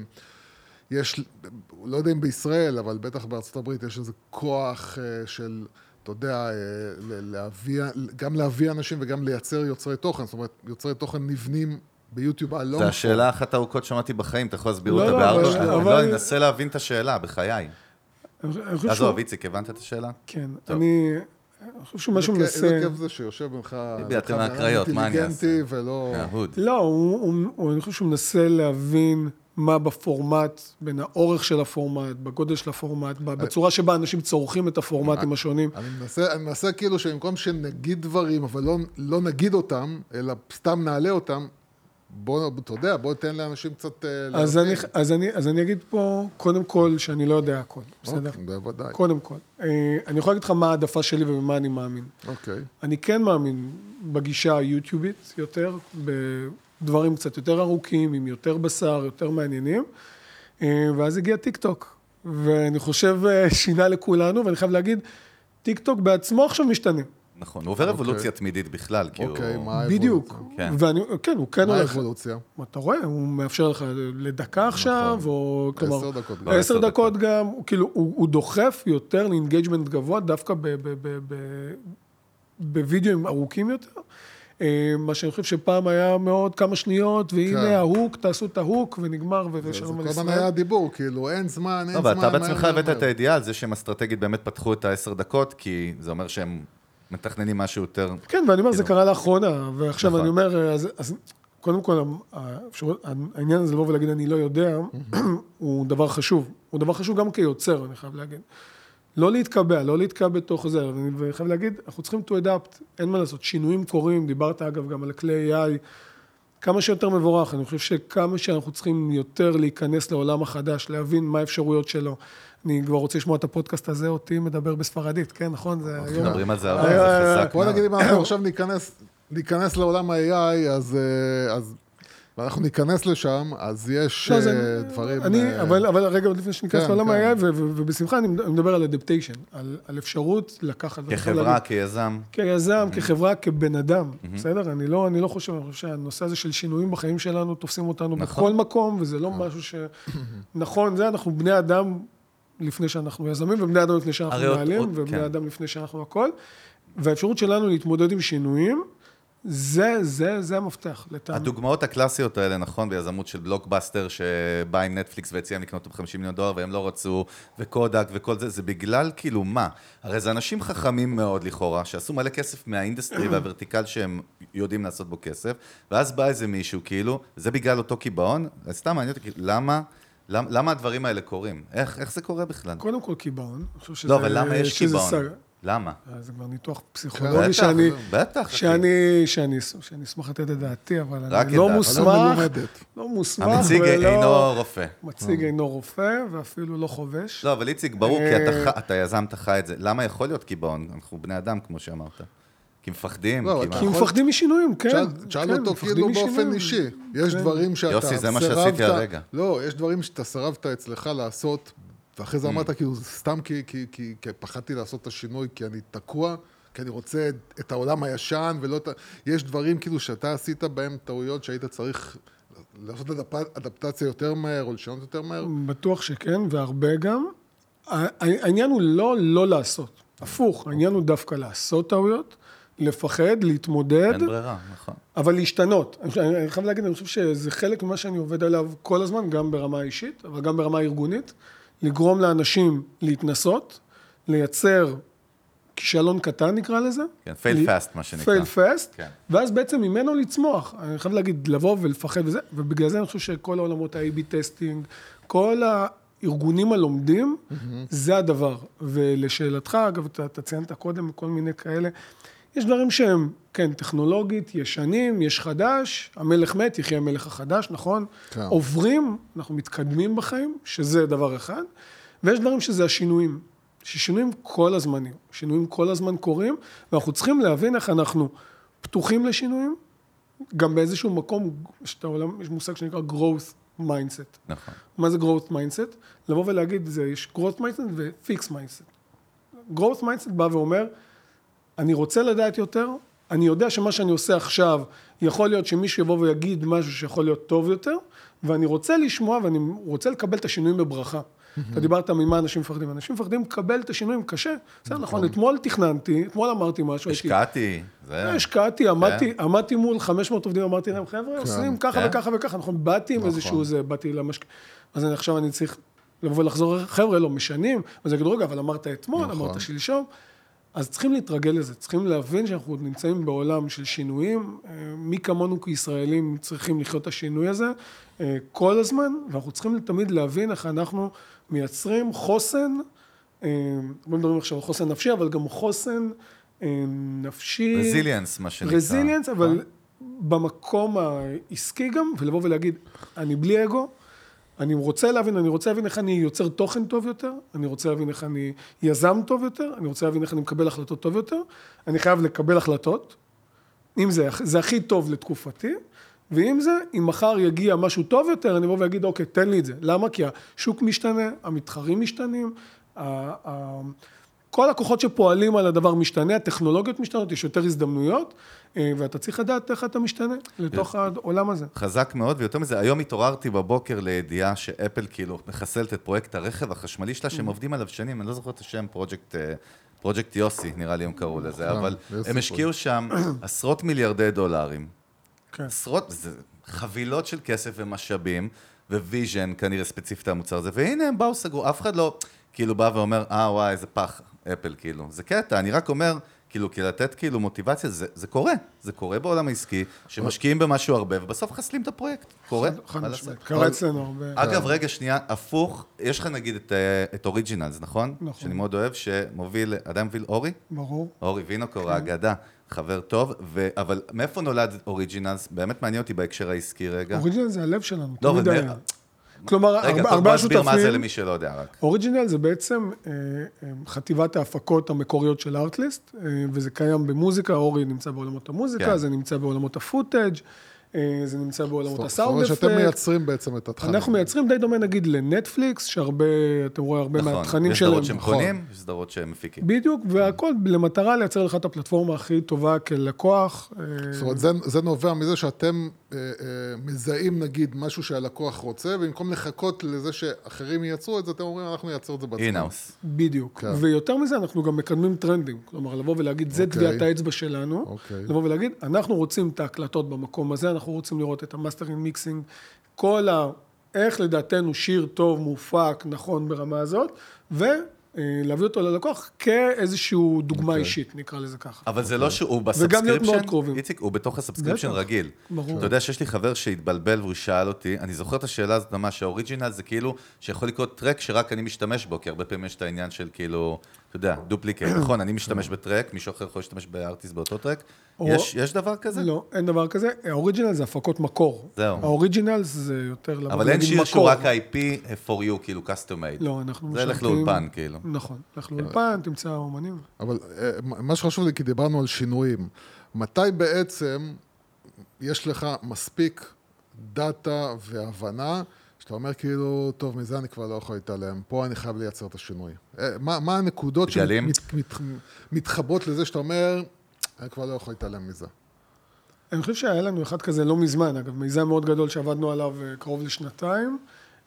יש, לא יודע אם בישראל, אבל בטח בארצות הברית יש איזה כוח של, אתה יודע, להביא, גם להביא אנשים וגם לייצר יוצרי תוכן, זאת אומרת, יוצרי תוכן נבנים ביוטיוב הלונג פור. זה השאלה אחת ארוכות שמעתי בחיים, אתה יכול להסביר אותה בארבע? לא, אני אנסה להבין את השאלה בחיי. אז לא, איציק, הבנת את השאלה? כן, אני... אני חושב שהוא משהו מנסה... איזה כיף זה שיושב ממך... אתם מהקריות, מה אני אעשה? ולא... לא, אני חושב שהוא מנסה להבין מה בפורמט, בין האורך של הפורמט, בגודל של הפורמט, בצורה שבה אנשים צורכים את הפורמטים השונים. אני מנסה כאילו שבמקום שנגיד דברים, אבל לא נגיד אותם, אלא סתם נעלה אותם, בוא, אתה יודע, בוא תן לאנשים קצת... אז אני, אז אני, אז אני אגיד פה, קודם כל, שאני לא יודע הכל, בסדר? בוודאי. קודם כל. אני יכול להגיד לך מה העדפה שלי ובמה אני מאמין. אוקיי. אני כן מאמין בגישה היוטיובית יותר, בדברים קצת יותר ארוכים, עם יותר בשר, יותר מעניינים, ואז הגיע טיק טוק. ואני חושב שינה לכולנו, ואני חייב להגיד, טיק טוק בעצמו עכשיו משתנה. נכון, הוא עובר אבולוציה תמידית בכלל, כי הוא... אוקיי, מה האבולוציה? בדיוק, כן, הוא כן מה הולך... האבולוציה? אתה רואה, הוא מאפשר לך לדקה עכשיו, או כלומר... עשר דקות. עשר דקות גם, כאילו, הוא דוחף יותר לאינגייג'מנט גבוה, דווקא בווידאוים ארוכים יותר, מה שאני חושב שפעם היה מאוד כמה שניות, והנה ההוק, תעשו את ההוק, ונגמר, ושלום על ישראל. זה כל הזמן היה דיבור, כאילו, אין זמן, אין זמן. אבל אתה בעצמך הבאת את האידיאל, זה שהם אסטרטגית באמת פתחו את העשר דקות, כי זה אומר שהם מתכננים משהו יותר... כן, ואני אומר, זה קרה לאחרונה, ועכשיו אני אומר, אז קודם כל, העניין הזה לבוא ולהגיד, אני לא יודע, הוא דבר חשוב. הוא דבר חשוב גם כיוצר, אני חייב להגיד. לא להתקבע, לא להתקבע בתוך זה, ואני חייב להגיד, אנחנו צריכים to adapt, אין מה לעשות, שינויים קורים, דיברת אגב גם על כלי איי איי, כמה שיותר מבורך, אני חושב שכמה שאנחנו צריכים יותר להיכנס לעולם החדש, להבין מה האפשרויות שלו. אני כבר רוצה לשמוע את הפודקאסט הזה, אותי מדבר בספרדית, כן, נכון? אנחנו מדברים על זה הרבה, זה חזק. בוא נגיד, אם אנחנו עכשיו ניכנס לעולם ה-איי איי, אז... ואנחנו ניכנס לשם, אז יש דברים... אבל רגע, לפני שניכנס לעולם ה-איי איי, ובשמחה אני מדבר על אדפטיישן, על אפשרות לקחת... כחברה, כיזם. כיזם, כחברה, כבן אדם, בסדר? אני לא חושב, אני חושב שהנושא הזה של שינויים בחיים שלנו, תופסים אותנו בכל מקום, וזה לא משהו ש... נכון, זה אנחנו בני אדם לפני שאנחנו יזמים, ובני אדם לפני שאנחנו מנהלים, ובני אדם לפני שאנחנו הכל, והאפשרות שלנו להתמודד עם שינויים, זה, זה, זה המפתח. הדוגמאות הקלאסיות האלה, נכון, ביזמות של בלוקבאסטר שבא עם נטפליקס והציע לקנות אותו ב-חמישים מיליון דולר והם לא רצו, וקודק וכל זה, זה בגלל כאילו מה? הרי זה אנשים חכמים מאוד לכאורה, שעשו מלא כסף מהאינדסטרי והוורטיקל שהם יודעים לעשות בו כסף, ואז בא איזה מישהו כאילו, זה בגלל אותו קיבעון, אז סתם מעניין אותי, למה? למה הדברים האלה קורים? איך, איך זה קורה בכלל? קודם כל קיבעון. לא, אבל למה יש קיבעון? למה? זה כבר ניתוח פסיכולוגי שאני... בטח, שאני אשמח לתת את דעתי, אבל אני לא מוסמך. לא מוסמך. המציג אינו רופא. המציג אינו רופא, ואפילו לא חובש. לא, אבל איציק, ברור, כי אתה יזמת חי את זה. למה יכול להיות קיבעון? אנחנו בני אדם, כמו שאמרת. כי מפחדים. כי מפחדים משינויים, כן. תשאל אותו כאילו באופן אישי. יש דברים שאתה... יוסי, זה מה שעשיתי הרגע. לא, יש דברים שאתה סרבת אצלך לעשות, ואחרי זה אמרת כאילו, סתם כי פחדתי לעשות את השינוי, כי אני תקוע, כי אני רוצה את העולם הישן, ולא... יש דברים כאילו שאתה עשית בהם טעויות שהיית צריך לעשות אדפטציה יותר מהר, או לשנות יותר מהר? בטוח שכן, והרבה גם. העניין הוא לא לא לעשות. הפוך, העניין הוא דווקא לעשות טעויות, לפחד, להתמודד. אין ברירה, נכון. אבל להשתנות. אני חייב להגיד, אני חושב שזה חלק ממה שאני עובד עליו כל הזמן, גם ברמה האישית, אבל גם ברמה הארגונית, לגרום לאנשים להתנסות, לייצר כישלון קטן נקרא לזה. כן, fail fast, מה שנקרא. fail fast, כן. ואז בעצם ממנו לצמוח. אני חייב להגיד, לבוא ולפחד וזה, ובגלל זה אני חושב שכל העולמות ה-איי בי טסטינג, כל הארגונים הלומדים, זה הדבר. ולשאלתך, אגב, אתה, אתה ציינת קודם, כל מיני כאלה, יש דברים שהם, כן, טכנולוגית, ישנים, יש חדש, המלך מת, יחיה המלך החדש, נכון? כן. עוברים, אנחנו מתקדמים בחיים, שזה דבר אחד, ויש דברים שזה השינויים. ששינויים כל הזמנים, שינויים כל הזמן קורים, ואנחנו צריכים להבין איך אנחנו פתוחים לשינויים, גם באיזשהו מקום, העולם, יש מושג שנקרא growth mindset. נכון. מה זה growth mindset? לבוא ולהגיד, זה, יש growth mindset ו-fixed mindset. growth mindset בא ואומר, אני רוצה לדעת יותר, אני יודע שמה שאני עושה עכשיו, יכול להיות שמישהו יבוא ויגיד משהו שיכול להיות טוב יותר, ואני רוצה לשמוע ואני רוצה לקבל את השינויים בברכה. אתה דיברת ממה אנשים מפחדים. אנשים מפחדים לקבל את השינויים קשה. זה נכון, אתמול תכננתי, אתמול אמרתי משהו. השקעתי, זה... השקעתי, עמדתי מול חמש מאות עובדים, אמרתי להם, חבר'ה, עושים ככה וככה וככה. נכון, באתי עם איזשהו זה, באתי למשק... אז עכשיו אני צריך לבוא ולחזור, חבר'ה, לא משנים. אז אני אגיד, רגע, אבל אמרת אתמול, אמרת שלשום. אז צריכים להתרגל לזה, צריכים להבין שאנחנו נמצאים בעולם של שינויים, מי כמונו כישראלים צריכים לחיות את השינוי הזה כל הזמן, ואנחנו צריכים תמיד להבין איך אנחנו מייצרים חוסן, בואו מדברים עכשיו על חוסן נפשי, אבל גם חוסן נפשי... רזיליאנס, מה שנקרא. רזיליאנס, אבל במקום העסקי גם, ולבוא ולהגיד, אני בלי אגו, אני רוצה להבין, אני רוצה להבין איך אני יוצר תוכן טוב יותר, אני רוצה להבין איך אני יזם טוב יותר, אני רוצה להבין איך אני מקבל החלטות טוב יותר, אני חייב לקבל החלטות, אם זה, זה הכי טוב לתקופתי, ואם זה, אם מחר יגיע משהו טוב יותר, אני בוא ואגיד, אוקיי, תן לי את זה. למה? כי השוק משתנה, המתחרים משתנים, כל הכוחות שפועלים על הדבר משתנה, הטכנולוגיות משתנות, יש יותר הזדמנויות, ואתה צריך לדעת איך אתה משתנה לתוך העולם הזה. חזק מאוד, ויותר מזה, היום התעוררתי בבוקר לידיעה שאפל כאילו מחסלת את פרויקט הרכב החשמלי שלה, שהם עובדים עליו שנים, אני לא זוכר את השם, פרויקט, פרויקט יוסי, נראה לי הם קראו לזה, אבל הם השקיעו שם עשרות מיליארדי דולרים, עשרות, זה חבילות של כסף ומשאבים, וויז'ן כנראה ספציפית המוצר הזה, והנה הם באו סגרו, אף אחד לא כאילו בא ואומר, אה וואי, איזה פח, אפל כאילו, זה קטע, אני רק אומר, כאילו, כי לתת כאילו מוטיבציה, זה, זה קורה, זה קורה בעולם העסקי, שמשקיעים במשהו הרבה, ובסוף חסלים את הפרויקט, קורה. קרה אצלנו הרבה. אגב, רגע, שנייה, הפוך, יש לך נגיד את, את אוריג'ינלס, נכון? נכון. שאני מאוד אוהב, שמוביל, אדם מוביל אורי? ברור. אורי וינוקור, האגדה, חבר טוב, ו, אבל מאיפה נולד אוריג'ינלס? באמת מעניין אותי בהקשר העסקי רגע. אוריג'ינלס זה הלב שלנו, לא, תמיד היה. כלומר, רגע, ארבעה טוב, שותפים... מה זה למי שלא יודע רק. אוריג'ינל זה בעצם אה, אה, חטיבת ההפקות המקוריות של ארטליסט, אה, וזה קיים במוזיקה, אורי נמצא בעולמות המוזיקה, כן. זה נמצא בעולמות הפוטאג', אה, זה נמצא בעולמות הסאונד אפקט. זאת אומרת שאתם מייצרים בעצם את התכנים. אנחנו מייצרים די דומה נגיד לנטפליקס, שהרבה, אתם רואים הרבה נכון, מהתכנים שלהם. יש סדרות שהם קונים, יש סדרות שהם מפיקים. בדיוק, והכל למטרה לייצר לך את הפלטפורמה הכי טובה כלקוח. זאת אומרת, זה, זה נובע מזה שאתם אה, אה, מזהים נגיד משהו שהלקוח רוצה, ובמקום לחכות לזה שאחרים ייצרו את זה, אתם אומרים, אנחנו נייצר את זה בעצמם. אינאוס. בדיוק. כן. ויותר מזה, אנחנו גם מקדמים טרנדים. כלומר, לבוא ולהגיד, זה אוקיי. טביעת האצבע שלנו. אוקיי. לבוא ולהגיד, אנחנו רוצים את ההקלטות במקום הזה, אנחנו רוצים לראות את המאסטרינג מיקסינג, כל ה... איך לדעתנו שיר טוב, מופק, נכון ברמה הזאת, ולהביא אותו ללקוח כאיזשהו דוגמה אישית, נקרא לזה ככה. אבל זה לא שהוא בסאבסקריפשן, איציק, הוא בתוך הסאבסקריפשן רגיל. אתה יודע שיש לי חבר שהתבלבל והוא שאל אותי, אני זוכר את השאלה הזאת ממש, שהאוריג'ינל זה כאילו שיכול לקרות טרק שרק אני משתמש בו, כי הרבה פעמים יש את העניין של כאילו, אתה יודע, דופליקט, נכון, אני משתמש בטרק, מישהו אחר יכול להשתמש בארטיסט באותו טרק. יש, יש דבר כזה? לא, אין דבר כזה. האוריג'ינל זה הפקות מקור. זהו. האוריג'ינל זה יותר... אבל אין שיר שהוא רק איי פי for you, כאילו custom made. לא, אנחנו זה הלך לאולפן, כאילו. נכון, הלך לאולפן, תמצא אומנים. אבל מה שחשוב לי, כי דיברנו על שינויים, מתי בעצם יש לך מספיק דאטה והבנה, שאתה אומר כאילו, טוב, מזה אני כבר לא יכול להתעלם, פה אני חייב לייצר את השינוי. מה, מה הנקודות שמתחבות לזה שאתה אומר, אני כבר לא יכול להתעלם מזה. אני חושב שהיה לנו אחד כזה לא מזמן, אגב, מיזם מאוד גדול שעבדנו עליו קרוב לשנתיים,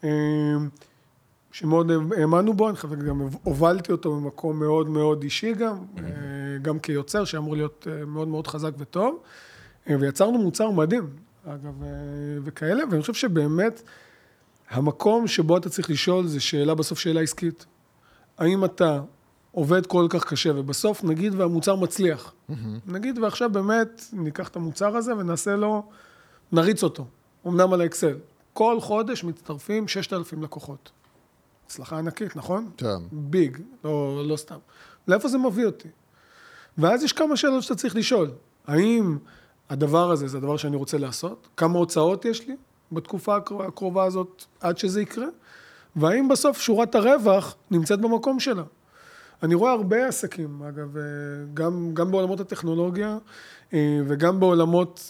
שמאוד האמנו בו, אני חושב גם הובלתי אותו במקום מאוד מאוד אישי גם, גם כיוצר שאמור להיות מאוד מאוד חזק וטוב, ויצרנו מוצר מדהים, אגב, וכאלה, ואני חושב שבאמת המקום שבו אתה צריך לשאול זה שאלה בסוף שאלה עסקית. האם אתה עובד כל כך קשה, ובסוף נגיד והמוצר מצליח. נגיד ועכשיו באמת ניקח את המוצר הזה ונעשה לו, נריץ אותו, אמנם על האקסל. כל חודש מצטרפים שישת אלפים לקוחות. הצלחה ענקית, נכון? כן. ביג, לא, לא סתם. לאיפה זה מביא אותי? ואז יש כמה שאלות שאתה צריך לשאול. האם הדבר הזה זה הדבר שאני רוצה לעשות? כמה הוצאות יש לי בתקופה הקרובה הזאת עד שזה יקרה? והאם בסוף שורת הרווח נמצאת במקום שלה? אני רואה הרבה עסקים, אגב, גם, גם בעולמות הטכנולוגיה וגם בעולמות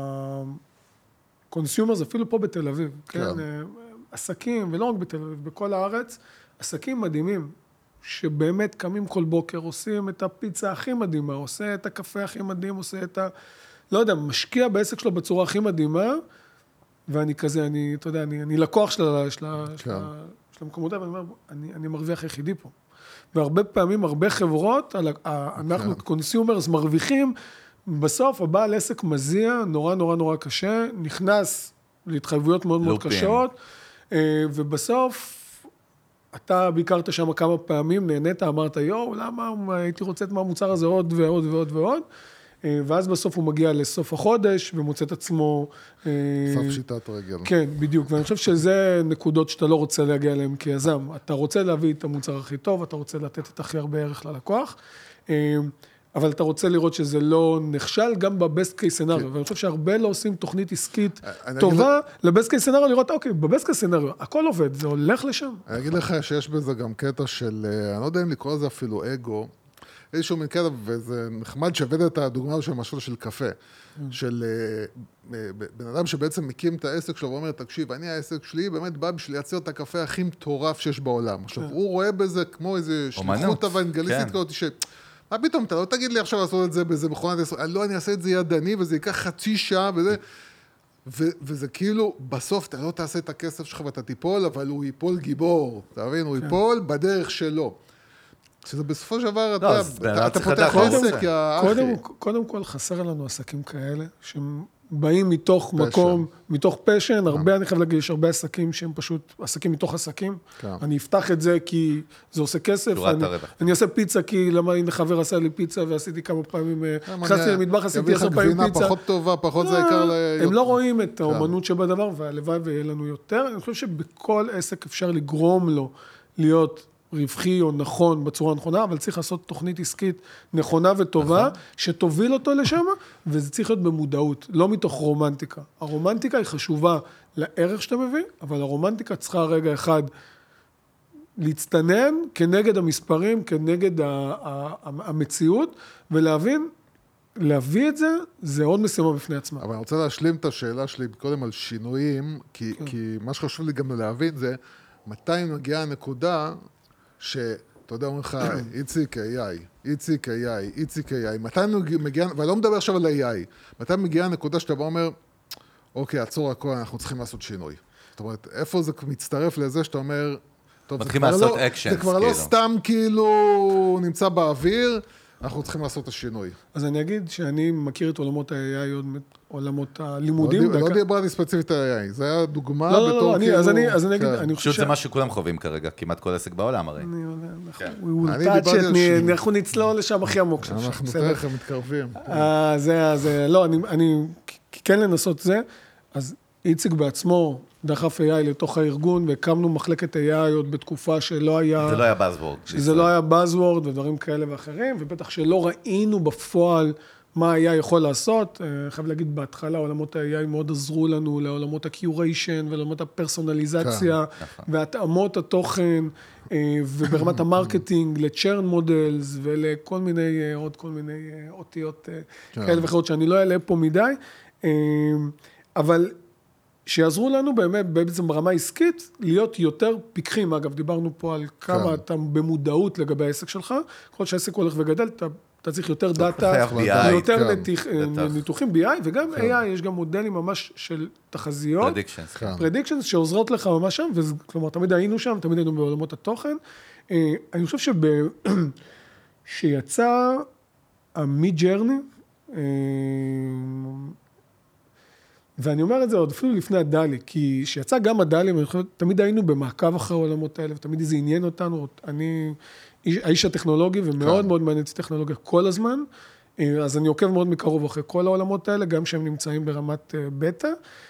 ה-consumers, אפילו פה בתל אביב, כן? כן? עסקים, ולא רק בתל אביב, בכל הארץ, עסקים מדהימים, שבאמת קמים כל בוקר, עושים את הפיצה הכי מדהימה, עושה את הקפה הכי מדהים, עושה את ה... לא יודע, משקיע בעסק שלו בצורה הכי מדהימה, ואני כזה, אני, אתה יודע, אני, אני לקוח של, של, כן. של, של המקומות, ואני אומר, אני, אני מרוויח יחידי פה. והרבה פעמים, הרבה חברות, אנחנו קונסיומרס מרוויחים, בסוף הבעל עסק מזיע, נורא נורא נורא קשה, נכנס להתחייבויות מאוד מאוד קשות, ובסוף אתה ביקרת שם כמה פעמים, נהנית, אמרת, יואו, למה הייתי רוצה את מהמוצר הזה עוד ועוד ועוד ועוד, ואז בסוף הוא מגיע לסוף החודש, ומוצא את עצמו... סוף שיטת רגל. כן, בדיוק, ואני חושב שזה נקודות שאתה לא רוצה להגיע אליהן כיזם. אתה רוצה להביא את המוצר הכי טוב, אתה רוצה לתת את הכי הרבה ערך ללקוח, אבל אתה רוצה לראות שזה לא נכשל גם בבסט קייס סנריו, ואני חושב שהרבה לא עושים תוכנית עסקית טובה לבסט קייס סנריו, לראות, אוקיי, בבסט קייס סנריו, הכל עובד, זה הולך לשם. אני אגיד לך שיש בזה גם קטע של, אני לא יודע אם לקרוא לזה אפילו אגו, איזשהו מין קטע, וזה נחמד שעבד את הדוגמה של משהו של קפה, של בן אדם שבעצם מקים את העסק שלו ואומר, תקשיב, אני העסק שלי באמת בא בשביל לייצר את הקפה הכי מטורף שיש בעולם. עכשיו, הוא רואה בזה כמו איזה שליחות אוונגליסטית כזאת, ש... מה פתאום, אתה לא תגיד לי עכשיו לעשות את זה באיזה מכונת עשרה, לא, אני אעשה את זה ידני, וזה ייקח חצי שעה, וזה... וזה כאילו, בסוף אתה לא תעשה את הכסף שלך ואתה תיפול, אבל הוא ייפול גיבור, אתה מבין? הוא ייפול בדרך שלו. שזה בסופו של דבר, אתה פותח עסק, קודם כל חסר לנו עסקים כאלה, שהם באים מתוך מקום, מתוך פשן, הרבה, אני חייב להגיד, יש הרבה עסקים שהם פשוט, עסקים מתוך עסקים, אני אפתח את זה כי זה עושה כסף, אני אעשה פיצה כי למה הנה חבר עשה לי פיצה ועשיתי כמה פעמים, נכנסתי למטבח, עשיתי עשר פעמים פיצה. פחות טובה, פחות זה העיקר. הם לא רואים את האומנות שבדבר, והלוואי ויהיה לנו יותר, אני חושב שבכל עסק אפשר לגרום לו להיות רווחי או נכון בצורה הנכונה, אבל צריך לעשות תוכנית עסקית נכונה וטובה, שתוביל אותו לשם, וזה צריך להיות במודעות, לא מתוך רומנטיקה. הרומנטיקה היא חשובה לערך שאתה מביא, אבל הרומנטיקה צריכה רגע אחד להצטנן כנגד המספרים, כנגד המציאות, ולהבין, להביא את זה, זה עוד משימה בפני עצמה. אבל אני רוצה להשלים את השאלה שלי קודם על שינויים, כי, כי מה שחשוב לי גם להבין זה, מתי מגיעה הנקודה שאתה יודע, אומרים לך, איציק איי איי, איציק איי איי, איציק איי איי, מתי מגיע, ואני לא מדבר עכשיו על איי איי, מתי מגיעה הנקודה שאתה בא אומר, אוקיי, עצור הכל, אנחנו צריכים לעשות שינוי. זאת אומרת, איפה זה מצטרף לזה שאתה אומר, טוב, מתחילים לעשות אקשנס, זה כבר לא סתם כאילו נמצא באוויר, אנחנו צריכים לעשות את השינוי. אז אני אגיד שאני מכיר את עולמות ה-איי איי, עולמות הלימודים. לא דיברתי ספציפית ה-איי איי, זה היה דוגמה בתור כאילו... לא, לא, אז אני אגיד, אני חושב... פשוט זה מה שכולם חווים כרגע, כמעט כל עסק בעולם הרי. אנחנו נצלול לשם הכי עמוק. אנחנו תכף מתקרבים. זה, זה, לא, אני כן לנסות זה, אז איציק בעצמו דחף איי איי לתוך הארגון, והקמנו מחלקת איי איי עוד בתקופה שלא היה... זה לא היה Buzzword. שזה לא היה Buzzword ודברים כאלה ואחרים, ובטח שלא ראינו בפועל מה ה-איי איי יכול לעשות. חייב להגיד, בהתחלה עולמות ה-איי איי מאוד עזרו לנו לעולמות ה-Curation ולעולמות הפרסונליזציה, והתאמות התוכן, וברמת המרקטינג, ל-Churn Models ולכל מיני, עוד כל מיני אותיות כאלה ואחרות, שאני לא אעלה פה מדי, אבל... שיעזרו לנו באמת, בעצם ברמה עסקית, להיות יותר פיקחים. אגב, דיברנו פה על כמה אתה במודעות לגבי העסק שלך. כל שהעסק הולך וגדל, אתה, אתה צריך יותר דאטה, יותר ניתוחים בי איי, וגם איי איי, יש גם מודלים ממש של תחזיות. Predictions. Predictions שעוזרות לך ממש שם, כלומר, תמיד היינו שם, תמיד היינו בעולמות התוכן. אני חושב שיצא ה-Midjourney, ואני אומר את זה עוד אפילו לפני הדלי, כי שיצא גם הדלי, תמיד היינו במעקב אחרי העולמות האלה, ותמיד זה עניין אותנו. אני האיש הטכנולוגי, ומאוד מאוד מעניין את הטכנולוגיה כל הזמן, אז אני עוקב מאוד מקרוב אחרי כל העולמות האלה, גם שהם נמצאים ברמת בטא,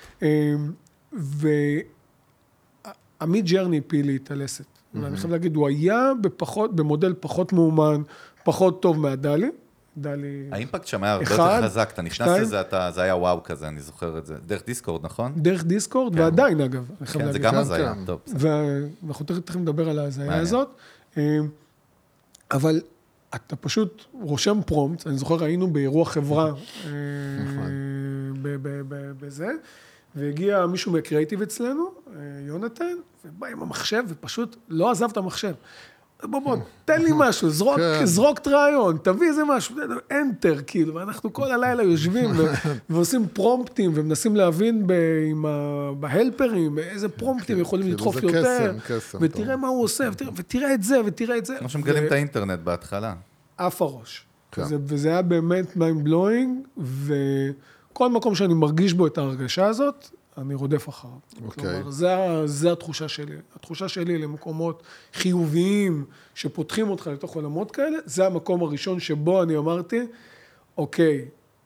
ועמית ג'רני הפיל לי את הלסת, ואני חייב להגיד, הוא היה בפחות, במודל פחות מאומן, פחות טוב מהדלי, דלי... האימפקט שם היה הרבה יותר חזק, אתה נכנס לזה, זה היה וואו כזה, אני זוכר את זה. דרך דיסקורד, נכון? דרך דיסקורד, ועדיין אגב. כן, זה גם אז היה, טוב. ואנחנו תכף לדבר על ההזיה הזאת, אבל אתה פשוט רושם פרומפט, אני זוכר, היינו באירוע חברה בזה, והגיע מישהו מהקריאיטיב אצלנו, יונתן, ובא עם המחשב, ופשוט לא עזב את המחשב. בוא בוא, תן לי משהו, זרוק, זרוק את רעיון, תביא איזה משהו, אנטר, כאילו, ואנחנו כל הלילה יושבים ועושים פרומפטים, ומנסים להבין בהלפרים, איזה פרומפטים יכולים לדחוף יותר, ותראה מה הוא עושה, ותראה את זה, ותראה את זה. כמו שמגלים את האינטרנט בהתחלה. אף הראש. וזה היה באמת mind blowing, וכל מקום שאני מרגיש בו את ההרגשה הזאת, אני רודף אחריו. כלומר, זה התחושה שלי. התחושה שלי למקומות חיוביים שפותחים אותך לתוך עולמות כאלה, זה המקום הראשון שבו אני אמרתי, אוקיי,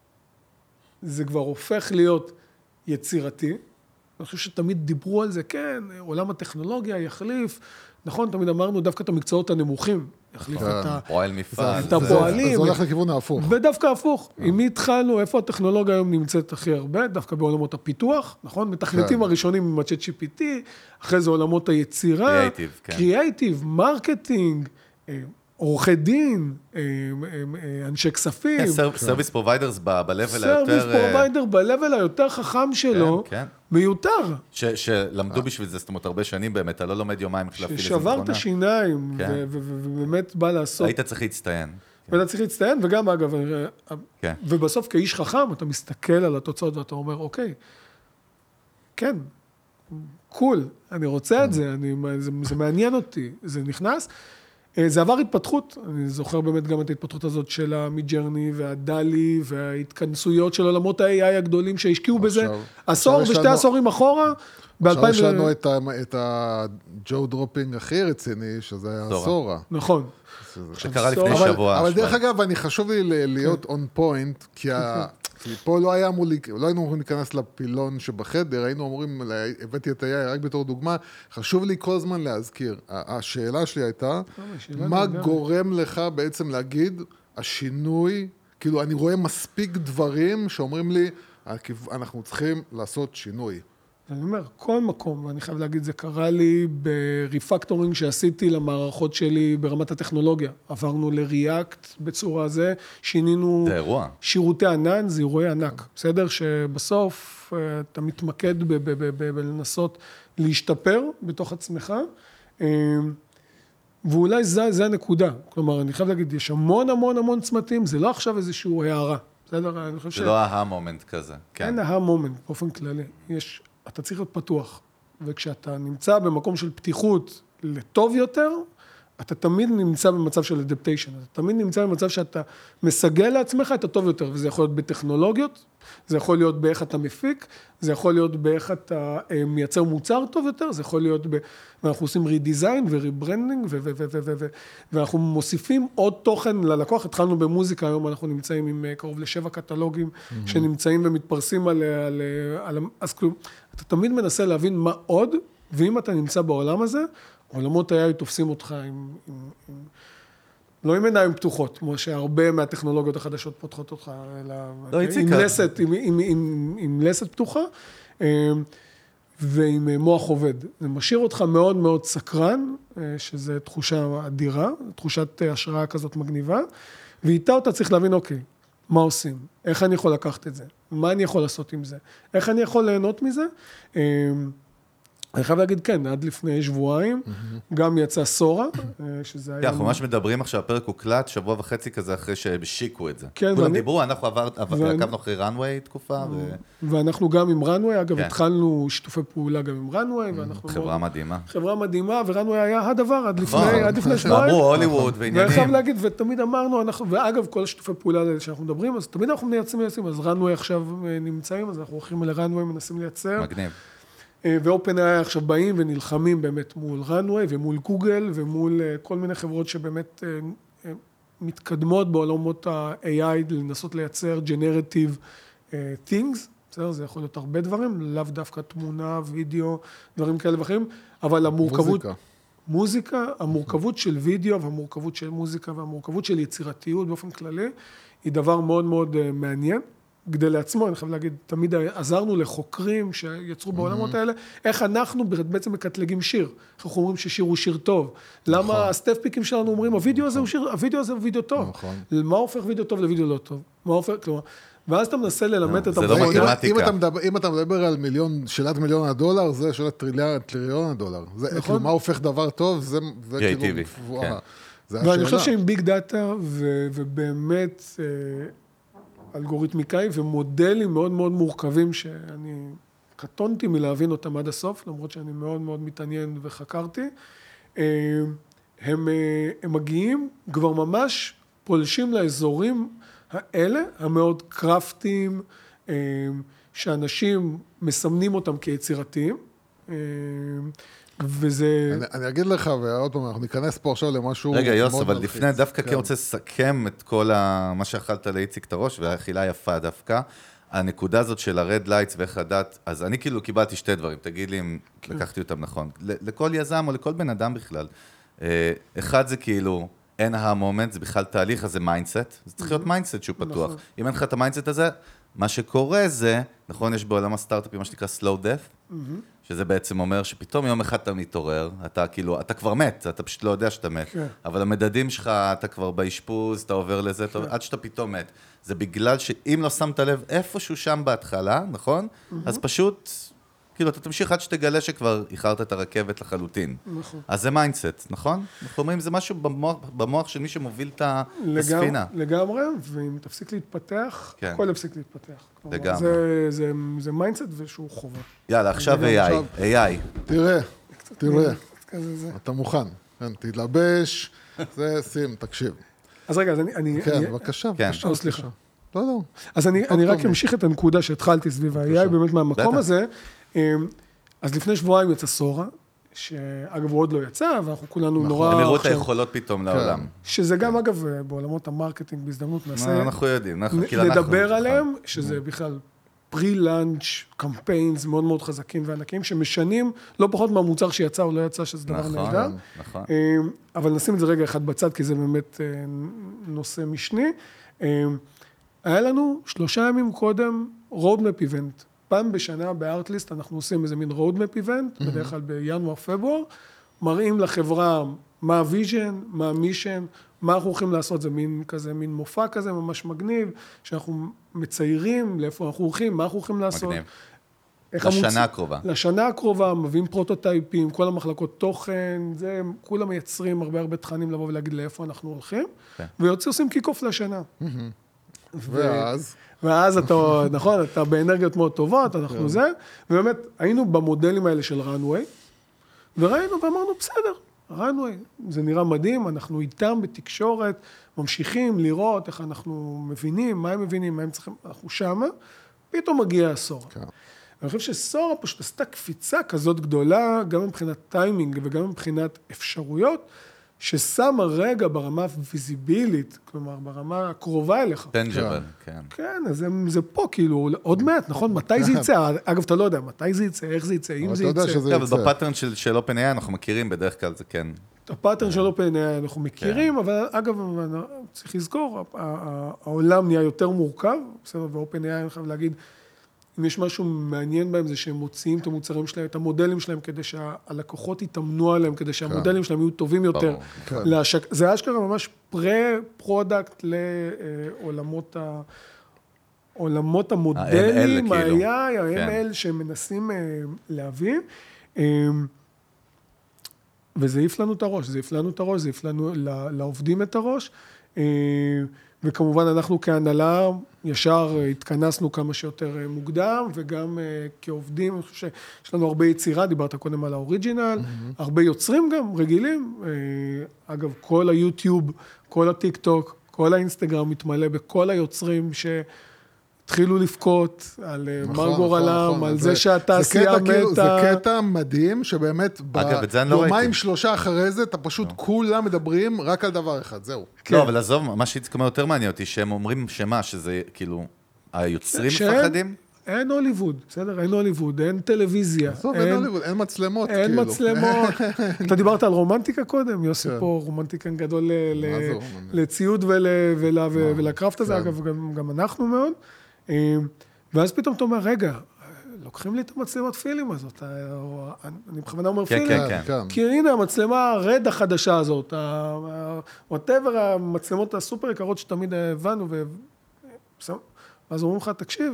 זה כבר הופך להיות יצירתי. אני חושב שתמיד דיברו על זה, כן, עולם הטכנולוגיה יחליף, נכון, תמיד אמרנו דווקא את המקצועות הנמוכים, יחליף את הפועלים. זה הולך לכיוון ההפוך. ודווקא הפוך. עם מי התחלנו, איפה הטכנולוגיה היום נמצאת הכי הרבה? דווקא בעולמות הפיתוח, נכון? מתכנתים הראשונים עם הצ'אט ג'י פי טי, אחרי זה עולמות היצירה, קריאייטיב, מרקטינג, עורכי דין, אנשי כספים. סרוויס פרוביידרס ב-level היותר... סרוויס פרוביידר ב-level היותר חכם שלו, מיותר. שלמדו בשביל זה, זאת אומרת, הרבה שנים באמת, אתה לא לומד יומיים חלפי. ששבר את השיניים, ובאמת בא לעשות... היית צריך להצטיין. ואתה צריך להצטיין, וגם אגב, ובסוף כאיש חכם, אתה מסתכל על התוצאות, ואתה אומר, אוקיי, כן, קול, אני רוצה את זה, זה מעניין אותי, זה נכנס. זה עבר התפתחות, אני זוכר באמת גם את ההתפתחות הזאת של המידג'רני והדלי וההתכנסויות של עולמות ה-איי איי הגדולים שהשקיעו בזה עשור ושתי עשורים אחורה. עכשיו יש לנו את הג'ו דרופינג הכי רציני, שזה היה סורה. נכון. שקרה לפני שבוע. אבל דרך אגב, אני חשוב לי להיות און פוינט, כי פה לא היה אמור, לא היינו אמורים להיכנס לפילון שבחדר, היינו אמורים, הבאתי את ה-איי איי רק בתור דוגמה, חשוב לי כל הזמן להזכיר. השאלה שלי הייתה, מה גורם לך בעצם להגיד, השינוי, כאילו אני רואה מספיק דברים שאומרים לי, אנחנו צריכים לעשות שינוי. אני אומר, כל מקום, ואני חייב להגיד, זה קרה לי בריפקטורינג שעשיתי למערכות שלי ברמת הטכנולוגיה. עברנו לריאקט בצורה זה, שינינו... זה אירוע. שירותי ענן, זה אירועי ענק. בסדר? שבסוף אתה מתמקד בלנסות להשתפר בתוך עצמך, ואולי זה, זה הנקודה. כלומר, אני חייב להגיד, יש המון המון המון צמתים, זה לא עכשיו איזשהו הערה. בסדר? אני חושב ש... זה לא ההמומנט כזה. אין ההמומנט, באופן כללי. יש... אתה צריך להיות פתוח, וכשאתה נמצא במקום של פתיחות לטוב יותר, אתה תמיד נמצא במצב של adaptation, אתה תמיד נמצא במצב שאתה מסגל לעצמך את הטוב יותר, וזה יכול להיות בטכנולוגיות, זה יכול להיות באיך אתה מפיק, זה יכול להיות באיך אתה מייצר מוצר טוב יותר, זה יכול להיות ב... ואנחנו עושים רידיזיין וריברנדינג, ו... ו... ו... ו... ו... ואנחנו מוסיפים עוד תוכן ללקוח, התחלנו במוזיקה, היום אנחנו נמצאים עם קרוב לשבע קטלוגים, mm-hmm. שנמצאים ומתפרסים על... על... על... אז כלום, אתה תמיד מנסה להבין מה עוד, ואם אתה נמצא בעולם הזה, עולמות ה-איי איי תופסים אותך עם, עם, עם, לא עם עיניים פתוחות, כמו שהרבה מהטכנולוגיות החדשות פותחות אותך, אלא לא עם לסת, עם, עם, עם, עם לסת פתוחה, ועם מוח עובד. זה משאיר אותך מאוד מאוד סקרן, שזו תחושה אדירה, תחושת השראה כזאת מגניבה, ואיתה אתה צריך להבין, אוקיי, מה עושים? איך אני יכול לקחת את זה? מה אני יכול לעשות עם זה? איך אני יכול ליהנות מזה? אני חייב להגיד, כן, עד לפני שבועיים, גם יצא סורה, שזה היה... אנחנו ממש מדברים עכשיו, הפרק הוא קלט, שבוע וחצי כזה אחרי שהשיקו את זה. כן, כולם דיברו, אנחנו עקבנו אחרי רנווי תקופה, ואנחנו גם עם רנווי, אגב, התחלנו שיתופי פעולה גם עם רנווי, חברה מדהימה. חברה מדהימה, ורנווי היה הדבר עד לפני שבועיים. אמרו הוליווד ועניינים. ואני חייב להגיד, ותמיד אמרנו, ואגב, כל השיתופי פעולה האלה שאנחנו מדברים, אז תמיד אנחנו מייצאים, אז רנווי עכשיו נמצאים, אז אנחנו הולכים לרנווי, מנסים לייצר. מגניב. ו-OpenAI עכשיו באים ונלחמים באמת מול runway ומול גוגל ומול כל מיני חברות שבאמת מתקדמות בעולמות ה-איי איי לנסות לייצר generative things, בסדר? זה יכול להיות הרבה דברים, לאו דווקא תמונה, וידאו, דברים כאלה ואחרים, אבל המורכבות... מוזיקה. מוזיקה, המורכבות של וידאו והמורכבות של מוזיקה והמורכבות של יצירתיות באופן כללי, היא דבר מאוד מאוד מעניין. כדי לעצמו, אני חייב להגיד, תמיד עזרנו לחוקרים שיצרו בעולמות האלה, איך אנחנו בעצם מקטלגים שיר. איך אנחנו אומרים ששיר הוא שיר טוב. למה הסטף פיקים שלנו אומרים, הוידאו הזה הוא שיר, הוידאו הזה הוא וידאו טוב. מה הופך וידאו טוב לוידאו לא טוב? מה הופך, כלומר, ואז אתה מנסה ללמד את המתמטיקה. אם אתה מדבר על מיליון, שאלת מיליון הדולר, זה שאלת טריליון הדולר. זה כאילו, מה הופך דבר טוב, זה כאילו... ואני חושב שעם ביג דאטה, ובאמת... אלגוריתמיקאי ומודלים מאוד מאוד מורכבים שאני קטונתי מלהבין אותם עד הסוף, למרות שאני מאוד מאוד מתעניין וחקרתי. הם, הם מגיעים כבר ממש פולשים לאזורים האלה, המאוד קראפטיים, שאנשים מסמנים אותם כיצירתיים. וזה... אני, אני אגיד לך, ועוד פעם, אנחנו ניכנס פה עכשיו למשהו... רגע, יוס, אבל מלחיץ. לפני, דווקא כן רוצה לסכם את כל ה... מה שאכלת להציק את הראש, והאכילה יפה דווקא, הנקודה הזאת של הרד לייטס ואיך לדעת, אז אני כאילו קיבלתי שתי דברים, תגיד לי אם כן. לקחתי אותם נכון. לכל יזם או לכל בן אדם בכלל. אחד זה כאילו, אין המומנט, זה בכלל תהליך, אז זה מיינדסט, זה צריך להיות מיינדסט שהוא פתוח. נכון. אם אין לך את המיינדסט הזה, מה שקורה זה, נכון, יש בעולם הסטארט-אפים, מה שנקרא slow death, שזה בעצם אומר שפתאום יום אחד אתה מתעורר, אתה כאילו, אתה כבר מת, אתה פשוט לא יודע שאתה מת, אבל המדדים שלך, אתה כבר באשפוז, אתה עובר לזה, עד שאתה פתאום מת. זה בגלל שאם לא שמת לב איפשהו שם בהתחלה, נכון? אז פשוט, כאילו, אתה תמשיך עד שתגלה שכבר איחרת את הרכבת לחלוטין. נכון. אז זה מיינדסט, נכון? אנחנו אומרים, זה משהו במוח, במוח של מי שמוביל את הספינה. לגמרי, ואם תפסיק להתפתח, הכל יפסיק להתפתח. לגמרי. זה, זה, זה מיינדסט ושהוא חובה. יאללה, עכשיו איי איי. איי איי. תראה, תראה. אתה מוכן. תתלבש, זה שים, תקשיב. אז רגע, אז אני... כן, בבקשה, בבקשה. סליחה. לא, לא. אז אני רק אמשיך את הנקודה שהתחלתי סביב ה-איי איי, באמת מהמקום הזה. אז לפני שבועיים יצא סורה, שאגב הוא עוד לא יצא, ואנחנו כולנו נורא... הם הראו את היכולות פתאום לעולם. שזה גם אגב בעולמות המרקטינג בהזדמנות נעשה... אנחנו יודעים, נדבר עליהם, שזה בכלל פרי-לאנץ' קמפיינס מאוד מאוד חזקים וענקים, שמשנים לא פחות מהמוצר שיצא או לא יצא, שזה דבר נהדר. נכון, נכון. אבל נשים את זה רגע אחד בצד, כי זה באמת נושא משני. היה לנו שלושה ימים קודם roadmap event. פעם בשנה בארטליסט אנחנו עושים איזה מין roadmap event, בדרך כלל בינואר-פברואר, מראים לחברה מה הוויז'ן, מה המישן, מה אנחנו הולכים לעשות, זה מין כזה, מין מופע כזה ממש מגניב, שאנחנו מציירים לאיפה אנחנו הולכים, מה אנחנו הולכים לעשות. מגניב. לשנה הקרובה. לשנה הקרובה, מביאים פרוטוטייפים, כל המחלקות תוכן, זה, כולם מייצרים הרבה הרבה תכנים לבוא ולהגיד לאיפה אנחנו הולכים, ויוצא עושים קיק-אוף לשנה. ואז... ואז אתה, נכון, אתה באנרגיות מאוד טובות, אנחנו זה, ובאמת היינו במודלים האלה של runway, וראינו ואמרנו, בסדר, runway, זה נראה מדהים, אנחנו איתם בתקשורת, ממשיכים לראות איך אנחנו מבינים, מה הם מבינים, מה הם צריכים, אנחנו שמה, פתאום מגיע הסורה. אני חושב שסורה פשוט עשתה קפיצה כזאת גדולה, גם מבחינת טיימינג וגם מבחינת אפשרויות, ששמה רגע ברמה הוויזיבילית, כלומר, ברמה הקרובה אליך. טנג'בל, כן. כן, אז זה פה, כאילו, עוד מעט, נכון? מתי זה יצא? אגב, אתה לא יודע, מתי זה יצא, איך זה יצא, אם זה יצא. אבל אתה יודע שזה יצא. אבל בפאטרן של OpenAI אנחנו מכירים, בדרך כלל זה כן. הפאטרן של OpenAI אנחנו מכירים, אבל אגב, צריך לזכור, העולם נהיה יותר מורכב, בסדר, ו-OpenAI, אני חייב להגיד, אם יש משהו מעניין בהם, זה שהם מוציאים את המוצרים שלהם, את המודלים שלהם, כדי שהלקוחות יתאמנו עליהם, כדי שהמודלים שלהם יהיו טובים יותר. זה אשכרה ממש פרה-פרודקט לעולמות ה... עולמות המודלים, ה-איי איי, ה-אם אל, שהם מנסים להביא. וזה העיף לנו את הראש, זה העיף לנו את הראש, זה העיף לנו לעובדים את הראש. וכמובן אנחנו כהנהלה ישר התכנסנו כמה שיותר מוקדם, וגם כעובדים, אני חושב שיש לנו הרבה יצירה, דיברת קודם על האוריג'ינל, הרבה יוצרים גם, רגילים. אגב, כל היוטיוב, כל הטיק טוק, כל האינסטגרם מתמלא בכל היוצרים התחילו לבכות על נכון, מר גורלם, נכון, על זה- זה שהתעשייה זה קטע כאילו- מתה. זה קטע מדהים, שבאמת, אגב, את זה אני לא ביומיים ראיתי. שלושה אחרי זה, אתה פשוט כולם מדברים רק על דבר אחד, זהו. לא, אבל עזוב, מה שהצקמה יותר מעניין אותי, שהם אומרים שמה, שזה כאילו, היוצרים שאין- מפחדים? אין הוליווד, בסדר? אין הוליווד, אין טלוויזיה. עזוב, אין הוליווד, אין מצלמות, אין כאילו. מצלמות. אתה דיברת על רומנטיקה קודם, יוסי כן. פה רומנטיקן גדול ל- ל- מה זה רומנטיקה? לציוד ול- ול- ו- ולקראפט הזה, כן. אגב, גם- גם אנחנו מאוד. אה, ואז פתאום אתה אומר, רגע, לוקחים לי את המצלמת פילים הזאת, אה, אני בכוונה אומר כן, פילים. כן, כן. כן. כי הנה המצלמה הרד החדשה הזאת, whatever, המצלמות הסופר יקרות שתמיד הבנו, ו- אז אומרים לך, תקשיב,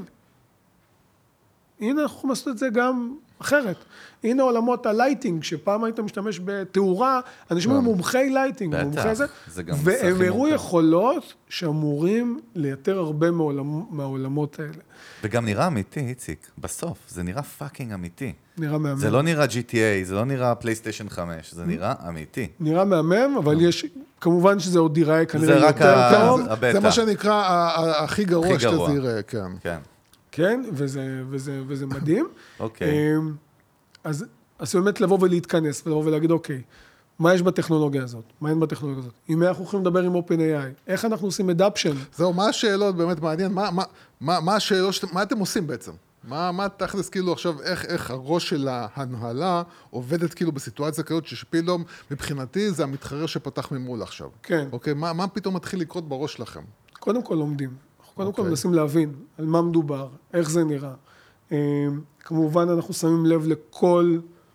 הנה אנחנו יכולים לעשות את זה גם אחרת. הנה עולמות הלייטינג, שפעם היית משתמש בתאורה, אנשים היו מומחי לייטינג, בטח, מומחי זה, זה גם והם מסכים הראו מורכב. יכולות שאמורים לייתר הרבה מהעולמ- מהעולמות האלה. וגם נראה אמיתי, איציק, בסוף, זה נראה פאקינג אמיתי. נראה מהמם. זה לא נראה ג'י טי איי, זה לא נראה פלייסטיישן חמש, זה נראה אמיתי. נראה מהמם, אבל יש, כמובן שזה עוד ייראה כנראה זה רק יותר ה- טוב. זה הבטא. זה מה שנקרא ה- ה- הכי גרוע הכי גרוע. שזה יראה, כן. כן, כן, וזה, וזה, וזה מדהים. אוקיי. אמ, אז, אז באמת לבוא ולהתכנס, ולבוא ולהגיד, אוקיי, מה יש בטכנולוגיה הזאת? מה אין בטכנולוגיה הזאת? עם אנחנו יכולים לדבר עם OpenAI? איך אנחנו עושים אדאפשן? זהו, מה השאלות באמת מעניין? מה, מה, מה, מה השאלות, שאתם- מה אתם עושים בעצם? מה, מה תכלס כאילו עכשיו, איך, איך הראש של ההנהלה עובדת כאילו בסיטואציה כזאת שפתאום מבחינתי זה המתחרר שפתח ממול עכשיו. כן. אוקיי, מה, מה פתאום מתחיל לקרות בראש שלכם? קודם כל לומדים. אנחנו קודם כל אוקיי. מנסים להבין על מה מדובר, איך זה נראה. אמ, כמובן אנחנו שמים לב לכל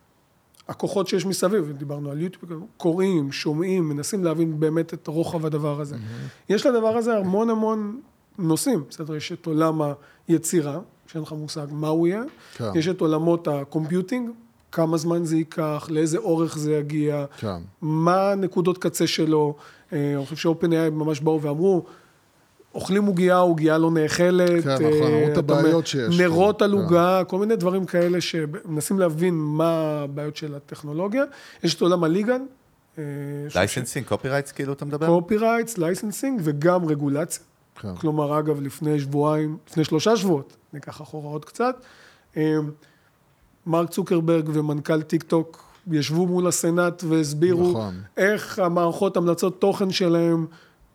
הכוחות שיש מסביב, דיברנו על יוטיוב, קוראים, שומעים, מנסים להבין באמת את רוחב הדבר הזה. יש לדבר הזה המון המון נושאים, בסדר, יש את עולם היצירה, שאין לך מושג מה הוא יהיה, כן. יש את עולמות הקומפיוטינג, כמה זמן זה ייקח, לאיזה אורך זה יגיע, כן. מה נקודות קצה שלו, אה, אני חושב שאופן-איי ממש באו ואמרו, אוכלים עוגייה, עוגייה לא נאכלת. כן, נכון, אה, אמרו את אתה הבעיות אומר, שיש. נרות כן. על עוגה, כל מיני דברים כאלה שמנסים להבין מה הבעיות של הטכנולוגיה. יש את עולם הליגן. לייסנסינג, קופירייטס כאילו אתה מדבר? קופירייטס, לייסנסינג וגם רגולציה. כן. כלומר, אגב, לפני שבועיים, לפני שלושה שבועות, ניקח אחורה עוד קצת, אה, מרק צוקרברג ומנכ"ל טיק טוק ישבו מול הסנאט והסבירו נכון. איך המערכות המלצות תוכן שלהם,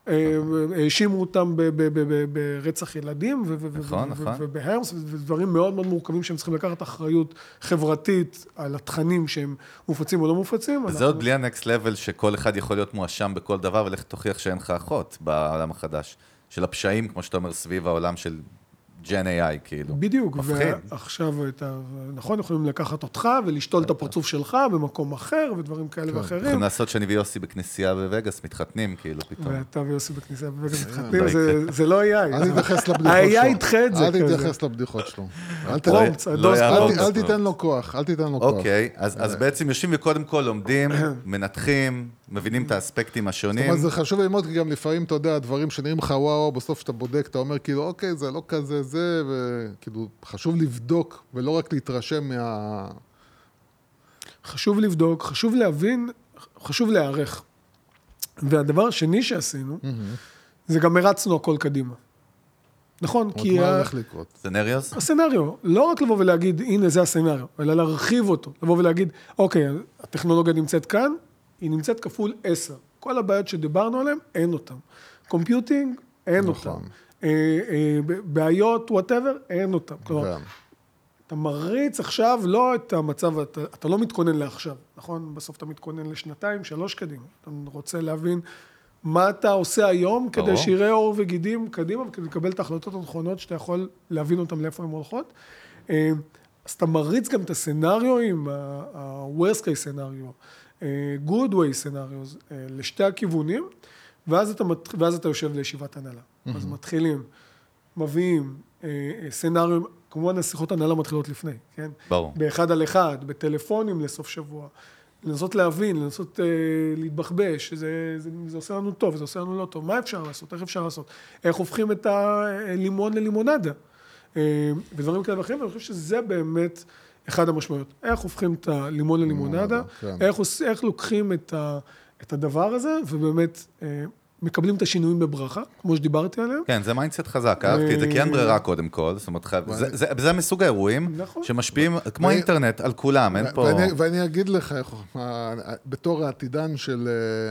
האשימו אותם ב- ב- ב- ב- ברצח ילדים ו- ו- ו- נכון, ו- נכון. ובהרמס, ודברים מאוד מאוד מורכבים שהם צריכים לקחת אחריות חברתית על התכנים שהם מופצים או לא מופצים. וזה אנחנו- עוד בלי הנקסט לבל שכל אחד יכול להיות מואשם בכל דבר, ולך תוכיח שאין לך אחות בעולם החדש. של הפשעים, כמו שאתה אומר, סביב העולם של ג'ן איי איי, כאילו. בדיוק, מפחיד. ועכשיו, את ה- נכון, יכולים לקחת אותך ולשתול את הפרצוף שלך במקום אחר ודברים כאלה ואחרים. יכולים לעשות שאני ויוסי בכנסייה בווגאס מתחתנים, כאילו, פתאום. ואתה ויוסי בכניסה בבגד לא מתחתנים, זה- זה לא איי איי. אל תתייחס לבדיחות שלו. ה-איי איי ידחה את זה אל כזה. תתייחס לבדיחות שלו. אל ת- פרומפט, לא הדוס יעבור. אל פרומפט. ת- אל תיתן לו כוח, אל תיתן לו כוח. אוקיי, אז אז בעצם יושבים וקודם כל לומדים, מנתחים, מבינים את האספקטים זאת השונים. אומרת, זה חשוב ללמוד, כי גם לפעמים, אתה יודע, דברים שנראים לך וואו, בסוף שאתה בודק, אתה אומר, כאילו, אוקיי, זה לא כזה זה, וכאילו, חשוב לבדוק, ולא רק להתרשם מה... חשוב לבדוק, חשוב להבין, חשוב להיערך. והדבר השני שעשינו, זה גם הרצנו הכל קדימה. נכון, עוד כי מה ה- הולך לקרות. סנריוס? הסצנריו, לא רק לבוא ולהגיד, הנה זה הסצנריו, אלא להרחיב אותו, לבוא ולהגיד, אוקיי, הטכנולוגיה נמצאת כאן, היא נמצאת כפול עשר. כל הבעיות שדיברנו עליהן, אין אותן. קומפיוטינג, אין נכון. אותן. אה, אה, בעיות, whatever, אין אותן. כלומר, כן. אתה מריץ עכשיו לא את המצב, אתה, אתה לא מתכונן לעכשיו, נכון? בסוף אתה מתכונן לשנתיים, שלוש קדימה. אתה רוצה להבין מה אתה עושה היום כדי ברור. שיראה אור וגידים קדימה, וכדי לקבל את ההחלטות הנכונות שאתה יכול להבין אותם לאיפה הן הולכות. אה, אז אתה מריץ גם את הסצנריואים, ה-worst case סצנריו, good way סצנריו, לשתי הכיוונים, ואז אתה, מת- ואז אתה יושב לישיבת הנהלה. אז מתחילים, מביאים אה, סצנריואים, כמובן השיחות הנהלה מתחילות לפני, כן? ברור. באחד על אחד, בטלפונים לסוף שבוע, לנסות להבין, לנסות אה, להתבחבש, זה, זה, זה עושה לנו טוב, זה עושה לנו לא טוב, מה אפשר לעשות, איך אפשר לעשות, איך הופכים את הלימון ללימונדה, אה, ודברים כאלה ואחרים, ואני חושב שזה באמת אחד המשמעויות, איך הופכים את הלימון ללימונדה, כן. איך, עוש, איך לוקחים את, ה, את הדבר הזה, ובאמת אה, מקבלים את השינויים בברכה, כמו שדיברתי עליהם. כן, זה מיינדסט חזק, אהבתי את זה, כי אין ברירה קודם כל, זאת אומרת, זה מסוג האירועים שמשפיעים, כמו אינטרנט, על כולם, אין פה... ואני אגיד לך, בתור העתידן של...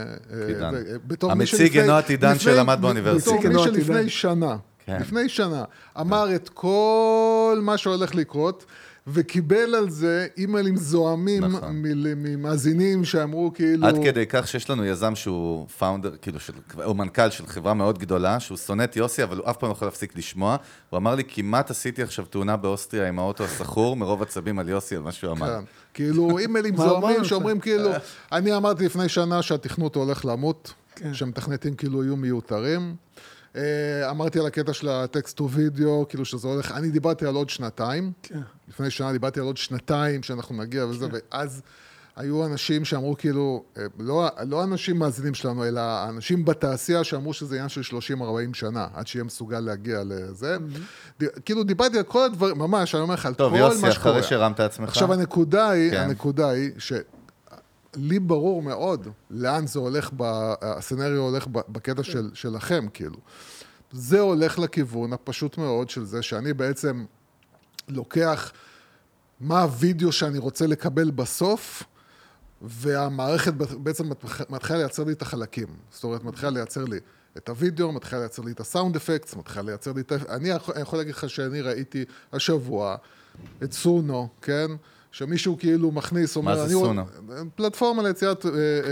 המציג אינו עתידן שלמד באוניברסיטה. בתור מי שלפני שנה, לפני שנה, אמר את כל מה שהולך לקרות, וקיבל על זה אימיילים זוהמים ממאזינים שאמרו כאילו... עד כדי כך שיש לנו יזם שהוא פאונדר, כאילו, הוא מנכ"ל של חברה מאוד גדולה, שהוא שונא את יוסי, אבל הוא אף פעם לא יכול להפסיק לשמוע. הוא אמר לי, כמעט עשיתי עכשיו תאונה באוסטריה עם האוטו הסחור, מרוב עצבים על יוסי, על מה שהוא אמר. כן, כאילו אימיילים זוהמים שאומרים כאילו, אני אמרתי לפני שנה שהתכנות הולך למות, שמתכנתים כאילו יהיו מיותרים. אמרתי על הקטע של הטקסט טו וידאו, כאילו שזה הולך, אני דיברתי על עוד שנתיים, לפני שנה דיברתי על עוד שנתיים שאנחנו נגיע וזה, ואז היו אנשים שאמרו כאילו, לא, לא אנשים מאזינים שלנו, אלא אנשים בתעשייה שאמרו שזה עניין של שלושים ארבעים שנה, עד שיהיה מסוגל להגיע לזה. כאילו דיברתי על כל הדברים, ממש, אני אומר לך, על כל מה שקורה. טוב, יוסי, אחרי שהרמת עצמך. עכשיו, הנקודה היא, הנקודה היא ש... לי ברור מאוד לאן זה הולך, הסצנריו הולך בקטע של, שלכם, כאילו. זה הולך לכיוון הפשוט מאוד של זה, שאני בעצם לוקח מה הווידאו שאני רוצה לקבל בסוף, והמערכת בעצם מתחילה לייצר לי את החלקים. זאת אומרת, מתחילה לייצר לי את הווידאו, מתחילה לייצר לי את הסאונד אפקטס, מתחילה לייצר לי את... אני יכול להגיד לך שאני ראיתי השבוע את סונו, כן? שמישהו כאילו מכניס, אומר... מה זה סונו? פלטפורמה ליציאת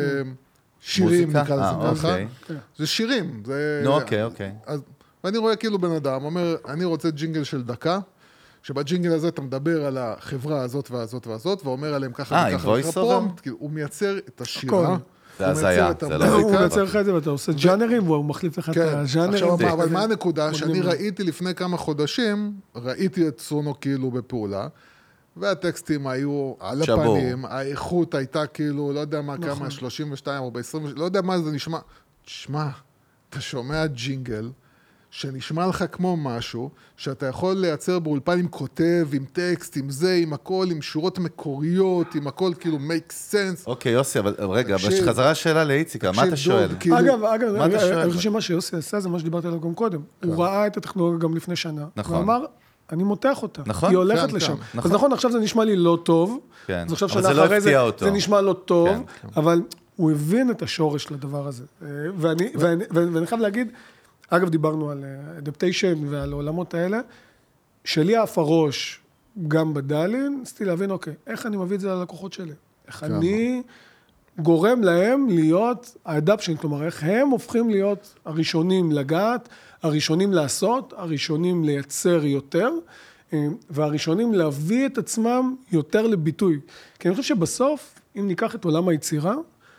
שירים, נקרא לזה ככה. זה שירים. נו, אוקיי, אוקיי. ואני רואה כאילו בן אדם, אומר, אני רוצה ג'ינגל של דקה, שבג'ינגל הזה אתה מדבר על החברה הזאת והזאת והזאת, ואומר עליהם ככה וככה. הוא מייצר את השירה. זה הזיה, זה לא... הוא מייצר לך את זה, ואתה עושה ג'אנרים, והוא מחליף לך את הג'אנרים. עכשיו, אבל מה הנקודה? שאני ראיתי לפני כמה חודשים, ראיתי את סונו כאילו בפעולה, והטקסטים היו על הפנים, האיכות הייתה כאילו, לא יודע מה, כמה, שלושים ושתיים או ב-עשרים, לא יודע מה זה נשמע. תשמע, אתה שומע ג'ינגל, שנשמע לך כמו משהו, שאתה יכול לייצר באולפן עם כותב, עם טקסט, עם זה, עם הכל, עם שורות מקוריות, עם הכל כאילו make sense. אוקיי, יוסי, אבל רגע, חזרה השאלה לאיציקה, מה אתה שואל? אגב, אגב, אני חושב שמה שיוסי עשה, זה מה שדיברתי עליו גם קודם. הוא ראה את הטכנולוגיה גם לפני שנה. נכון. ואמר, אני מותח אותה. נכון. היא הולכת לשם. אז נכון, עכשיו זה נשמע לי לא טוב. כן. אז עכשיו שנה אחרי זה, זה נשמע לא טוב, אבל הוא הבין את השורש לדבר הזה. ואני חייב להגיד, אגב, דיברנו על אדפטיישן ועל העולמות האלה, שלי אף הראש, גם בדלין, ניסיתי להבין, אוקיי, איך אני מביא את זה ללקוחות שלי? איך אני גורם להם להיות האדפשן, כלומר, איך הם הופכים להיות הראשונים לגעת, הראשונים לעשות, הראשונים לייצר יותר, והראשונים להביא את עצמם יותר לביטוי. כי אני חושב שבסוף, אם ניקח את עולם היצירה,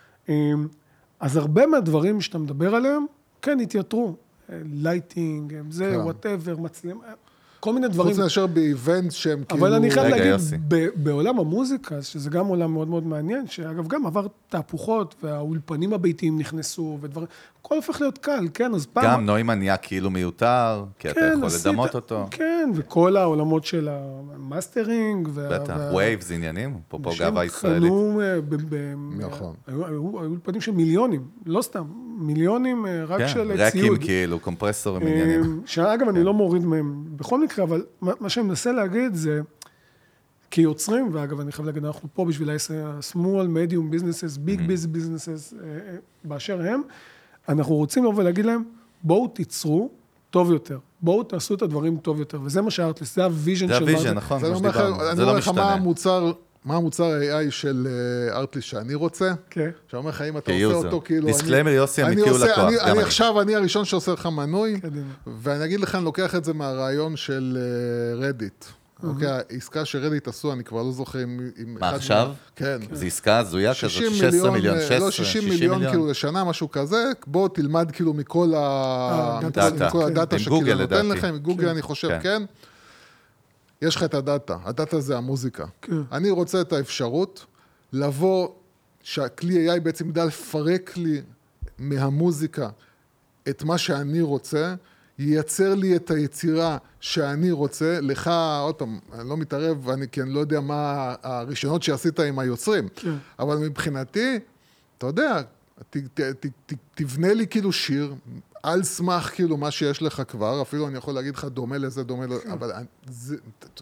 אז הרבה מהדברים שאתה מדבר עליהם, כן, התייתרו. לייטינג, זה, whatever, מצלם, כל מיני דברים. חוץ מאשר באיבנט שהם כאילו... אבל אני חייב להגיד, בעולם המוזיקה, שזה גם עולם מאוד מאוד מעניין, שאגב גם עבר תהפוכות, והאולפנים הביתיים נכנסו, ודברים, הכל הופך להיות קל, כן, אז פעם... גם נוימן נהיה כאילו מיותר, כי אתה יכול לדמות אותו. כן, וכל העולמות של המאסטרינג, בטח, וייב זה עניינים, פה פה גאווה ישראלית. נכון. היו אולפנים של מיליונים, לא סתם, מיליונים רק של ציוד. רקים כאילו, קומפרסורים עניינים. שאגב, אני לא מוריד מהם בכל מקרה, אבל מה שאני מנסה להגיד זה, כיוצרים, ואגב, אני חייב להגיד, אנחנו פה בשביל ה-small, medium businesses, big businesses, באשר הם, אנחנו רוצים לבוא ולהגיד להם, בואו תיצרו טוב יותר, בואו תעשו את הדברים טוב יותר, וזה מה שארטליסט, זה הוויז'ן של... זה הוויז'ן, נכון, כמו שדיברנו, זה לא משתנה. מה המוצר... מה המוצר ה-איי איי של ארטליסט שאני רוצה? כן. שאומר לך, אם אתה עושה אותו כאילו... דיסקליימר יוסי, אני כאילו לקוח. אני עכשיו, אני הראשון שעושה לך מנוי, ואני אגיד לך, אני לוקח את זה מהרעיון של רדיט. אוקיי, העסקה שרדיט עשו, אני כבר לא זוכר אם... מה עכשיו? כן. זו עסקה הזויה כזאת, שש עשרה מיליון, שש עשרה, לא, שישים מיליון כאילו לשנה, משהו כזה, בוא תלמד כאילו מכל הדאטה שכאילו נותן לכם, גוגל אני חושב, כן. יש לך את הדאטה, הדאטה זה המוזיקה. כן. אני רוצה את האפשרות לבוא, שהכלי איי איי בעצם ידע לפרק לי מהמוזיקה את מה שאני רוצה, ייצר לי את היצירה שאני רוצה, לך, עוד פעם, אני לא מתערב, ואני, כי אני לא יודע מה הראשונות שעשית עם היוצרים, כן. אבל מבחינתי, אתה יודע, ת, ת, ת, ת, תבנה לי כאילו שיר, על סמך כאילו מה שיש לך כבר, אפילו אני יכול להגיד לך דומה לזה, דומה לזה, אבל זה...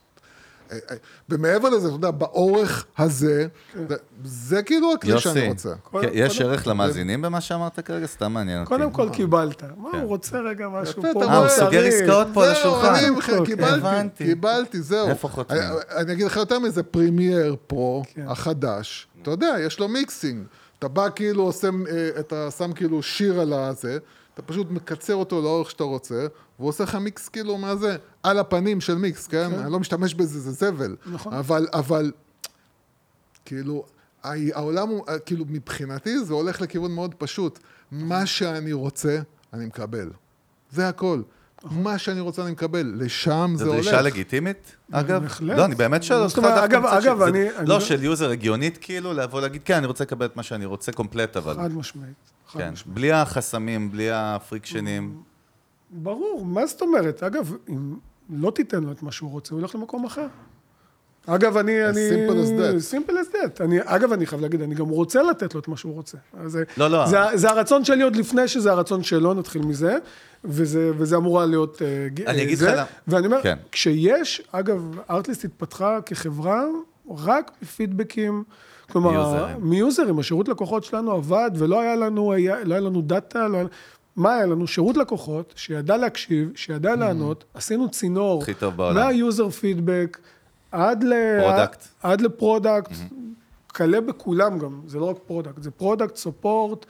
במעבר לזה, אתה יודע, באורך הזה, זה כאילו הכלי שאני רוצה. יש ערך למאזינים במה שאמרת כרגע? סתם מעניין אותי. קודם כל קיבלת. מה, הוא רוצה רגע משהו פה? אה, הוא סוגר עסקאות פה על השולחן. קיבלתי, קיבלתי, זהו. איפה חותמים? אני אגיד לך יותר מזה, פרימייר פרו החדש, אתה יודע, יש לו מיקסינג. אתה בא כאילו, אתה שם כאילו שיר על הזה, אתה פשוט מקצר אותו לאורך שאתה רוצה, והוא עושה לך מיקס כאילו מה זה, על הפנים של מיקס, כן? אני לא משתמש בזה, זה זבל. נכון. אבל, אבל, כאילו, העולם הוא, כאילו, מבחינתי זה הולך לכיוון מאוד פשוט. מה שאני רוצה, אני מקבל. זה הכל. מה שאני רוצה אני מקבל, לשם זה הולך. זו דרישה לגיטימית, אגב? בהחלט. לא, אני באמת שואל אותך. אגב, אגב, אני... לא, של יוזר הגיונית כאילו, לבוא להגיד, כן, אני רוצה לקבל את מה שאני רוצה קומפלט, אבל... חד משמעית. כן, בלי החסמים, בלי הפריקשנים. ברור, מה זאת אומרת? אגב, אם לא תיתן לו את מה שהוא רוצה, הוא הולך למקום אחר. אגב, אני... simple as that. simple as that. אני, אגב, אני חייב להגיד, אני גם רוצה לתת לו את מה שהוא רוצה. זה, לא, לא. זה, זה הרצון שלי עוד לפני שזה הרצון שלו, נתחיל מזה, וזה, וזה אמורה להיות... אני אגיד לך לה... ואני אומר, כן. כשיש, אגב, ארטליסט התפתחה כחברה, רק בפידבקים, כלומר, מיוזרים. מיוזרים, השירות לקוחות שלנו עבד, ולא היה לנו, היה, לא היה לנו דאטה, לא היה... מה היה לנו? שירות לקוחות, שידע להקשיב, שידע לענות, עשינו צינור, הכי טוב בעולם. מהיוזר פידבק, עד ל... פרודקט. עד לפרודקט, קלה בכולם גם, זה לא רק פרודקט, זה פרודקט, סופורט,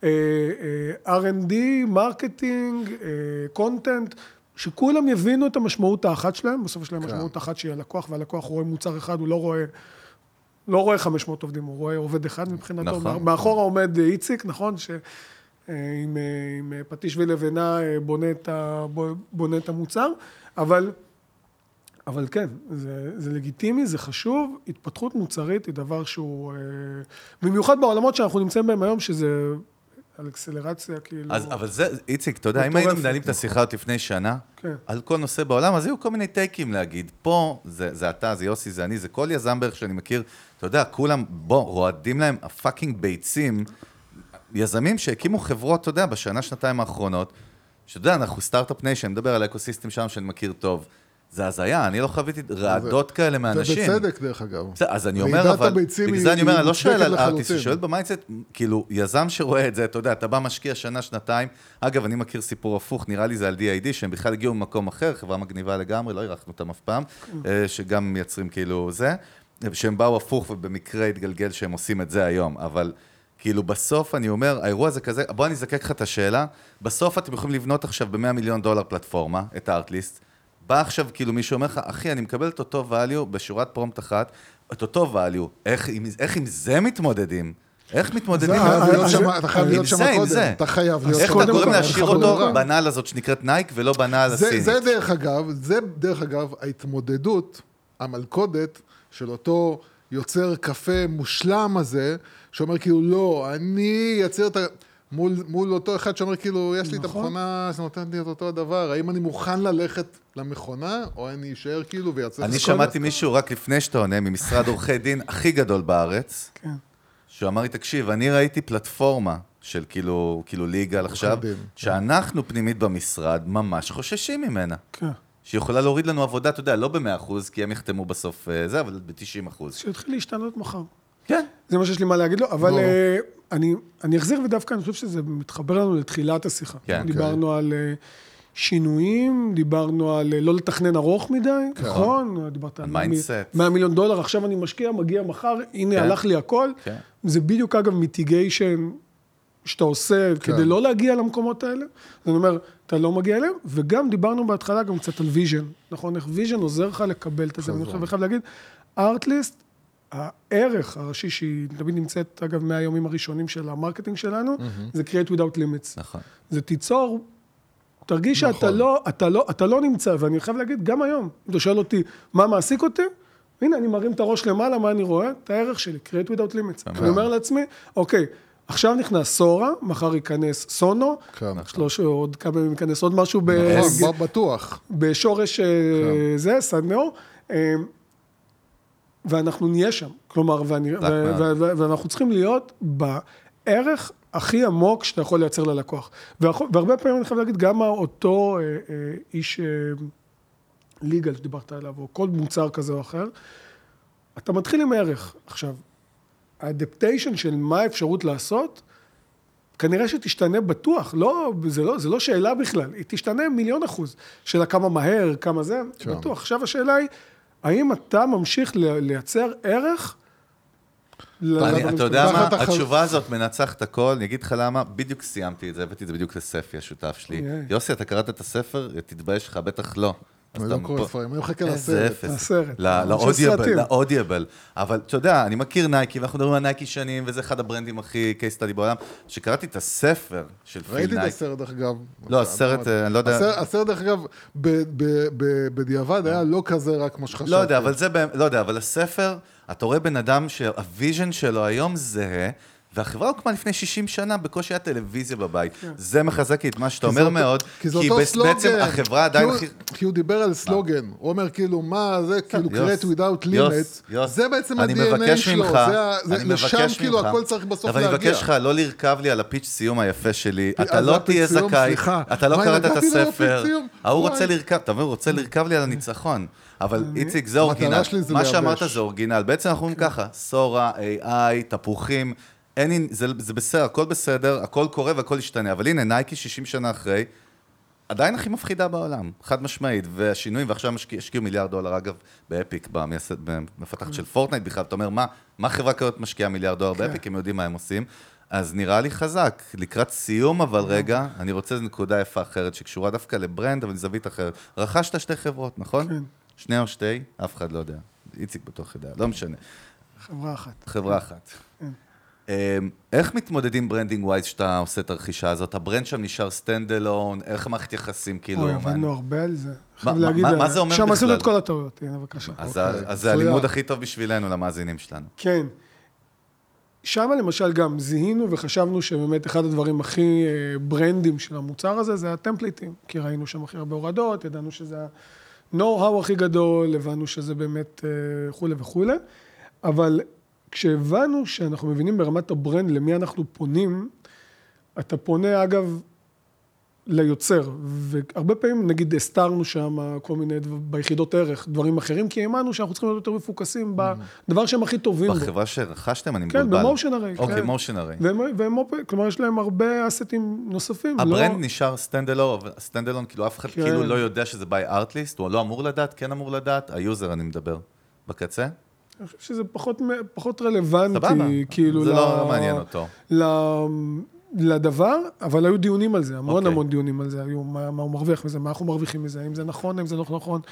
אר אנד די, מרקטינג, קונטנט, שכולם יבינו את המשמעות האחת שלהם, בסוף יש להם משמעות אחת שהיא הלקוח, והלקוח רואה מוצר אחד, הוא לא רואה... לא רואה חמש מאות עובדים, הוא רואה עובד אחד מבחינתו. נכון. מאחורה עומד איציק, נכון? ש... עם, עם פטיש ולבנה בונה את, ה, בונה את המוצר, אבל, אבל כן, זה, זה לגיטימי, זה חשוב, התפתחות מוצרית היא דבר שהוא, במיוחד בעולמות שאנחנו נמצאים בהם היום, שזה על אקסלרציה, כאילו... אז, אבל זה, איציק, אתה יודע, אם היינו מנהלים את השיחה עוד לפני שנה, כן. על כל נושא בעולם, אז היו כל מיני טייקים להגיד, פה, זה, זה אתה, זה יוסי, זה אני, זה כל יזם בערך שאני מכיר, אתה יודע, כולם, בוא, רועדים להם הפאקינג ביצים, יזמים שהקימו חברות, אתה יודע, בשנה, שנתיים האחרונות, שאתה יודע, אנחנו סטארט-אפ ניישן, מדבר על האקוסיסטם שם שאני מכיר טוב, זה הזיה, אני לא חוויתי רעדות כאלה מאנשים. ובצדק, דרך אגב. אז אני אומר, אבל, בגלל זה אני אומר, אני לא שואל על ארטיסט, שואל במיינדסט, כאילו, יזם שרואה את זה, אתה יודע, אתה בא משקיע שנה, שנתיים, אגב, אני מכיר סיפור הפוך, נראה לי זה על די איי די, שהם בכלל הגיעו ממקום אחר, חברה מגניבה לגמרי, לא ערכנו אותם אף פעם, שגם מייצרים כאילו זה, שהם באו הפוך ובמקרה התגלגל שהם עושים את זה היום, אבל כאילו בסוף אני אומר, האירוע הזה כזה, בוא אני אזקק לך את השאלה, בסוף אתם יכולים לבנות עכשיו ב-מאה מיליון דולר פלטפורמה, את הארטליסט, בא עכשיו כאילו מישהו אומר לך, אחי, אני מקבל את אותו value בשורת פרומפט אחת, את אותו value, איך, איך עם זה מתמודדים? איך מתמודדים? אתה חייב להיות שם קודם, אתה חייב להיות איך אתה גורם להשאיר אותו בנעל הזאת שנקראת נייק ולא בנעל הסינית? זה דרך אגב, זה דרך אגב ההתמודדות, המלכודת של אותו יוצר קפה מושלם הזה, שאומר כאילו לא, אני יצר את ה... מול, מול אותו אחד שאומר כאילו, יש לי את המכונה שנותנת לי את אותו הדבר, האם אני מוכן ללכת למכונה, או אני אשאר כאילו ויצר... אני שמעתי מישהו רק לפני שאתה עונה, ממשרד עורכי דין הכי גדול בארץ, כן. שהוא אמר לי, תקשיב, אני ראיתי פלטפורמה של כאילו, כאילו ליגל עכשיו, שאנחנו פנימית במשרד ממש חוששים ממנה. כן. שיכולה להוריד לנו עבודה, אתה יודע, לא ב-מאה אחוז, כי הם יחתמו בסוף זה, אבל ב-תשעים אחוז. שיתחיל להשתנות מחר. כן. זה מה שיש לי מה להגיד לו, אבל אני, אני אחזיר ודווקא, אני חושב שזה מתחבר לנו לתחילת השיחה. כן. דיברנו על שינויים, דיברנו על לא לתכנן ארוך מדי, נכון? דיברת על מאה מיליון דולר, עכשיו אני משקיע, מגיע מחר, הנה הלך לי הכל. זה בדיוק אגב מיטיגיישן שאתה עושה כדי לא להגיע למקומות האלה. אני אומר, אתה לא מגיע אליהם, וגם דיברנו בהתחלה גם קצת על ויז'ן, נכון? איך ויז'ן עוזר לך לקבל את זה, ואני חייב להגיד, ארטליסט, הערך הראשי שהיא תמיד נמצאת, אגב, מהיומים הראשונים של המרקטינג שלנו, זה create without limits. נכון. זה תיצור, תרגיש שאתה לא, אתה לא, אתה לא נמצא, ואני חייב להגיד, גם היום, אם אתה שואל אותי, מה מעסיק אותי? הנה, אני מרים את הראש למעלה, מה אני רואה? את הערך שלי, create without limits. אני אומר לעצמי, אוקיי, עכשיו נכנס סורה, מחר ייכנס סונו, שלוש, עוד כמה ימים ייכנס עוד משהו בטוח. בשורש זה, סדנאו, ואנחנו נהיה שם. כלומר, ואני, ו- ו- ו- ואנחנו צריכים להיות ערך הכי עמוק שאתה יכול לייצר ללקוח. והרבה פעמים אני חייב להגיד, גם אותו אה, אה, איש אה, ליגל שדיברת עליו, או כל מוצר כזה או אחר, אתה מתחיל עם ערך. עכשיו, האדפטיישן של מה האפשרות לעשות, כנראה שתשתנה בטוח, לא, זה לא, זה לא שאלה בכלל, היא תשתנה מיליון אחוז, שאלה כמה מהר, כמה זה, שם. בטוח. עכשיו השאלה היא, האם אתה ממשיך לייצר ערך? אני, אתה יודע מה, התשובה הזאת מנצחת את הכל, אני אגיד לך למה, בדיוק סיימתי את זה, הבאתי את זה בדיוק לספי, השותף שלי. יוסי, אתה קראת את הספר? תתבייש לך, בטח לא. אני לא קורא ספרים, אני מחכה לסרט. לסרט. לאודיאבל. אבל אתה יודע, אני מכיר נייקי, ואנחנו מדברים על נייקי שנים, וזה אחד הברנדים הכי קייס סטאדי בעולם, שקראתי את הספר של פיל נייקי. ראיתי את הסרט, דרך אגב. לא, הסרט, אני לא יודע. הסרט, דרך אגב, בדיעבד היה לא כזה רק כמו שחשבתי. לא יודע, אבל זה, לא יודע, אבל הספר, אתה רואה בן אדם שהוויז'ן שלו היום זהה, והחברה הוקמה לפני שישים שנה, בקושי היה טלוויזיה בבית. זה מחזק את מה שאתה אומר מאוד, כי בעצם החברה עדיין... כי הוא דיבר על סלוגן, הוא אומר כאילו, מה זה, כאילו, create without limits, זה בעצם ה-די אן איי שלו, לשם כאילו הכל צריך בסוף להגיע. אבל אני מבקש לך, לא לרכב לי על הפיץ' סיום היפה שלי, אתה לא תהיה זכאי, אתה לא קראת את הספר, הוא רוצה לרכב, אתה אומר, הוא רוצה לרכב לי על הניצחון. אבל איציק, זה אורגינל. מה שאמרת זה אורגינל. בעצם אנחנו אומרים ככה, סורה, איי איי, תפוחים, אין, זה, זה בסדר, הכל בסדר, הכל קורה והכל ישתנה, אבל הנה, נייקי שישים שנה אחרי, עדיין הכי מפחידה בעולם, חד משמעית, והשינויים, ועכשיו השקיעו מיליארד דולר, אגב, באפיק, במפתחת של פורטנייט בכלל, אתה אומר, מה, מה חברה כזאת משקיעה מיליארד דולר באפיק, הם יודעים מה הם עושים, אז נראה לי חזק, לקראת סיום, אבל רגע, אני רוצה איזו נקודה יפה אחרת, שקשורה דווקא לברנד, אבל זווית אחרת. רכשת שתי חברות, נכון? כן. שני או שתי, אף אחד לא יודע. איציק בטוח יודע, לא משנה. חברה אחת. חברה אחת. איך מתמודדים ברנדינג ווייז שאתה עושה את הרכישה הזאת? הברנד שם נשאר סטנד אלון, איך מערכת יחסים כאילו? אוי, עבדנו הרבה על זה. מה זה אומר בכלל? שם עשינו את כל הטעויות, הנה בבקשה. אז זה הלימוד הכי טוב בשבילנו, למאזינים שלנו. כן. שם למשל גם זיהינו וחשבנו שבאמת אחד הדברים הכי ברנדים של המוצר הזה, זה הטמפליטים. כי ראינו שם הכי הרבה הורדות, ידענו שזה ה-know-how הכי גדול, הבנו שזה באמת וכו' וכו'. אבל כשהבנו שאנחנו מבינים ברמת הברנד למי אנחנו פונים, אתה פונה אגב ליוצר, והרבה פעמים נגיד הסתרנו שם כל מיני ביחידות ערך, דברים אחרים, כי האמנו שאנחנו צריכים להיות יותר מפוקסים בדבר שהם הכי טובים בו. בחברה שרכשתם, אני מבולבל. כן, במושן הרי. אוקיי, מושן הרי. כלומר, יש להם הרבה אסטים נוספים. הברנד נשאר סטנד אלון, כאילו אף אחד כאילו לא יודע שזה ביי ארטליסט, הוא לא אמור לדעת, כן אמור לדעת, היוזר אני מדבר. בקצה? אני חושב שזה פחות, פחות רלוונטי, כאילו, זה לא מעניין אותו. לדבר, אבל היו דיונים על זה, המון המון דיונים על זה, היו מה הוא מרוויח מזה, מה אנחנו מרוויחים מזה, אם זה נכון, אם זה לא נכון,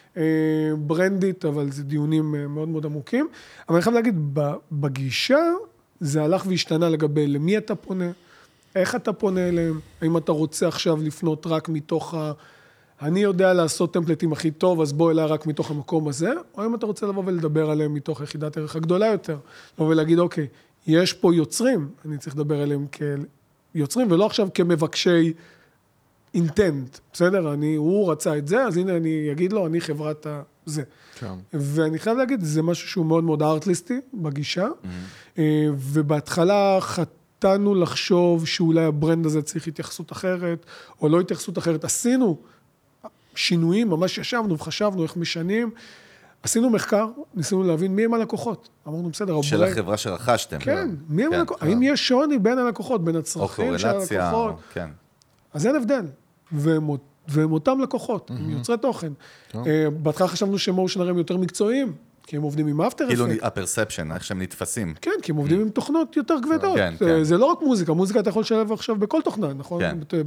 ברנדית, אבל זה דיונים מאוד מאוד עמוקים. אבל אני חייב להגיד, בגישה, זה הלך והשתנה לגבי למי אתה פונה, איך אתה פונה אליהם, האם אתה רוצה עכשיו לפנות רק מתוך ה... אני יודע לעשות טמפלטים הכי טוב, אז בוא אליי רק מתוך המקום הזה, או אם אתה רוצה לבוא ולדבר עליהם מתוך יחידת ערך הגדולה יותר, לבוא ולהגיד, אוקיי, יש פה יוצרים, אני צריך לדבר עליהם כיוצרים, ולא עכשיו כמבקשי אינטנט, בסדר? אני, הוא רצה את זה, אז הנה אני אגיד לו, אני חברת זה. כן. ואני חייב להגיד, זה משהו שהוא מאוד מאוד ארטליסטי בגישה, mm-hmm. ובהתחלה חתנו לחשוב שאולי הברנד הזה צריך התייחסות אחרת, או לא התייחסות אחרת, עשינו שינויים, ממש ישבנו וחשבנו איך משנים, עשינו מחקר, ניסינו להבין מי הם הלקוחות. אמרנו, בסדר, של החברה שרכשתם. כן, מי הם הלקוחות? האם יש שוני בין הלקוחות, בין הצרכים של הלקוחות? כן. אז אין הבדל. והם אותם לקוחות, הם יוצרי תוכן. בהתחלה חשבנו שמושן הרי הם יותר מקצועיים, כי הם עובדים עם אפטר אפקט. כאילו הפרספשן, איך שהם נתפסים. כן, כי הם עובדים עם תוכנות יותר כבדות. זה לא רק מוזיקה, מוזיקה אתה יכול לשלב עכשיו בכל תוכנה, נכון?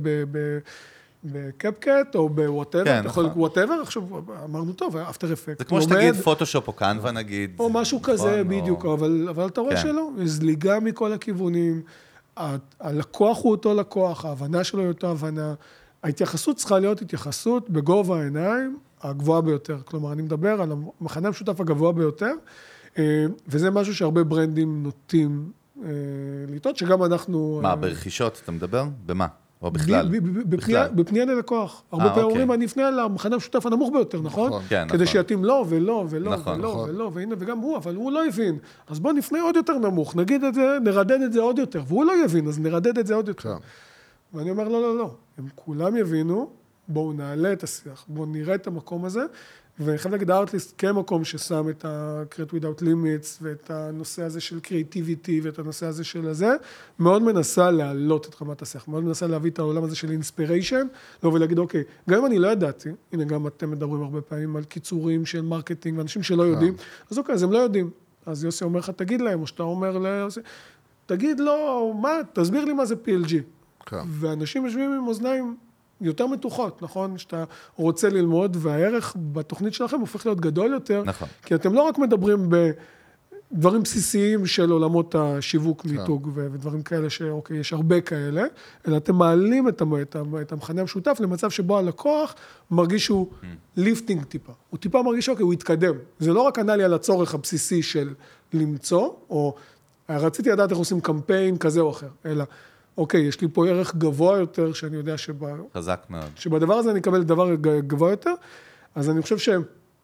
בקפקט או בוואטאבר, אתה יכול וואטאבר, עכשיו אמרנו טוב, אפטר אפקט. זה כמו שתגיד פוטושופ או קנווה נגיד. או משהו כזה בדיוק, אבל אתה רואה שלא, זליגה מכל הכיוונים, הלקוח הוא אותו לקוח, ההבנה שלו היא אותו הבנה, ההתייחסות צריכה להיות התייחסות בגובה העיניים הגבוהה ביותר, כלומר אני מדבר על המחנה המשותף הגבוה ביותר, וזה משהו שהרבה ברנדים נוטים לטעות, שגם אנחנו... מה, ברכישות אתה מדבר? במה? או בכלל? בפנייה ללקוח. הרבה פעמים אומרים, אני אפנה למכנה המשותף הנמוך ביותר, נכון? כדי שיתאים לא ולא ולא ולא ולא, והנה, וגם הוא, אבל הוא לא הבין. אז בוא נפנה עוד יותר נמוך, נגיד את זה, נרדד את זה עוד יותר, והוא לא יבין, אז נרדד את זה עוד יותר. ואני אומר, לא, לא, לא. הם כולם יבינו, בואו נעלה את השיח, בואו נראה את המקום הזה, ואני חייב להגיד, הארטליסט כמקום ששם את ה-Create Without Limits, ואת הנושא הזה של Creativity, ואת הנושא הזה של הזה, מאוד מנסה להעלות את רמת השיח, מאוד מנסה להביא את העולם הזה של Inspiration, לא ולהגיד, אוקיי, גם אם אני לא ידעתי, הנה גם אתם מדברים הרבה פעמים על קיצורים של מרקטינג, ואנשים שלא יודעים, אז אוקיי, אז הם לא יודעים. אז יוסי אומר לך, תגיד להם, או שאתה אומר ליוסי, תגיד לו, מה, תסביר לי מה זה פי אל ג'י. ואנשים יושבים עם אוזניים יותר מתוחות, נכון? שאתה רוצה ללמוד, והערך בתוכנית שלכם הופך להיות גדול יותר, נכון. כי אתם לא רק מדברים בדברים בסיסיים של עולמות השיווק, מיתוג ודברים כאלה, שאוקיי, יש הרבה כאלה, אלא אתם מעלים את, את, את המכנה המשותף למצב שבו הלקוח מרגיש שהוא ליפטינג טיפה. הוא טיפה מרגיש שאוקיי, הוא יתקדם. זה לא רק ענה לי על הצורך הבסיסי של למצוא, או רציתי לדעת איך עושים קמפיין כזה או אחר, אלא אוקיי, יש לי פה ערך גבוה יותר, שאני יודע שבה... חזק מאוד. שבדבר הזה אני אקבל דבר גבוה יותר, אז אני חושב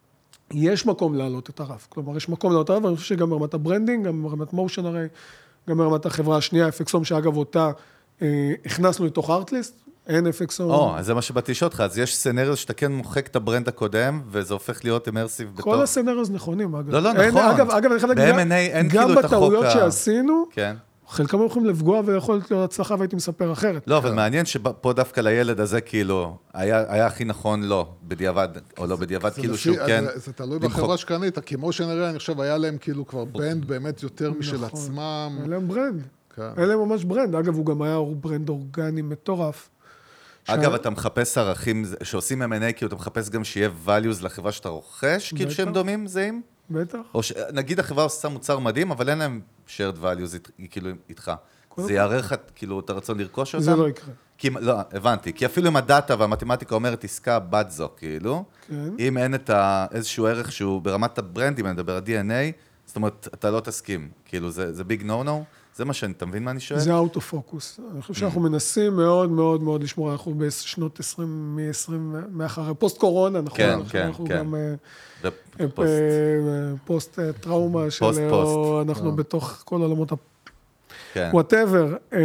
שיש מקום להעלות את הרף. כלומר, יש מקום להעלות את הרף, ואני חושב שגם ברמת הברנדינג, גם ברמת מושן הרי, גם ברמת החברה השנייה, אפקסום, שאגב אותה אה, הכנסנו לתוך ארטליסט, אין אפקסום. או, אז זה מה שבאתי לשאול אותך, אז יש סנריוז שאתה כן מוחק את הברנד הקודם, וזה הופך להיות אמרסיב בתוך... כל הסנריוז נכונים, אגב. לא, לא, נכון. אגב, אגב, אני חייב להגיד, גם בטעויות שעשינו, חלקם יכולים לפגוע ויכול להיות הצלחה והייתי מספר אחרת. לא, אבל מעניין שפה דווקא לילד הזה כאילו, היה הכי נכון לא, בדיעבד, או לא בדיעבד, כאילו שהוא כן... זה תלוי בחברה שקנית, כמו שנראה, אני חושב, היה להם כאילו כבר ברנד באמת יותר משל עצמם. היה להם ברנד. היה להם ממש ברנד. אגב, הוא גם היה ברנד אורגני מטורף. אגב, אתה מחפש ערכים שעושים אם אנד איי, כאילו אתה מחפש גם שיהיה values לחברה שאתה רוכש, כאילו שהם דומים, זהים? בטח. או נגיד החברה עושה מוצר מדהים, אבל אין להם shared values כאילו איתך. זה יערך כאילו את הרצון לרכוש אותם? זה לא יקרה. לא, הבנתי. כי אפילו אם הדאטה והמתמטיקה אומרת עסקה בת זו, כאילו, אם אין את איזשהו ערך שהוא ברמת הברנדים, אני מדבר על די אן איי, זאת אומרת, אתה לא תסכים. כאילו, זה big no-no? זה מה שאני, אתה מבין מה אני שואל? זה auto focus. אני חושב שאנחנו מנסים מאוד מאוד מאוד לשמור, אנחנו בשנות עשרים, מ-עשרים, מאחרי פוסט קורונה, נכון? כן, כן, אנחנו כן. גם פוסט. פוסט טראומה של... פוסט פוסט. אנחנו בתוך כל עולמות ה... כן. whatever.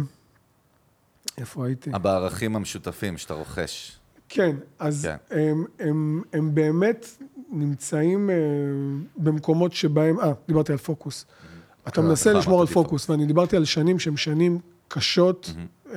איפה הייתי? בערכים המשותפים שאתה רוכש. כן, אז הם, הם, הם באמת נמצאים במקומות שבהם, אה, דיברתי על פוקוס. אתה מנסה לשמור על פוקוס, ואני דיברתי על שנים שהן שנים קשות,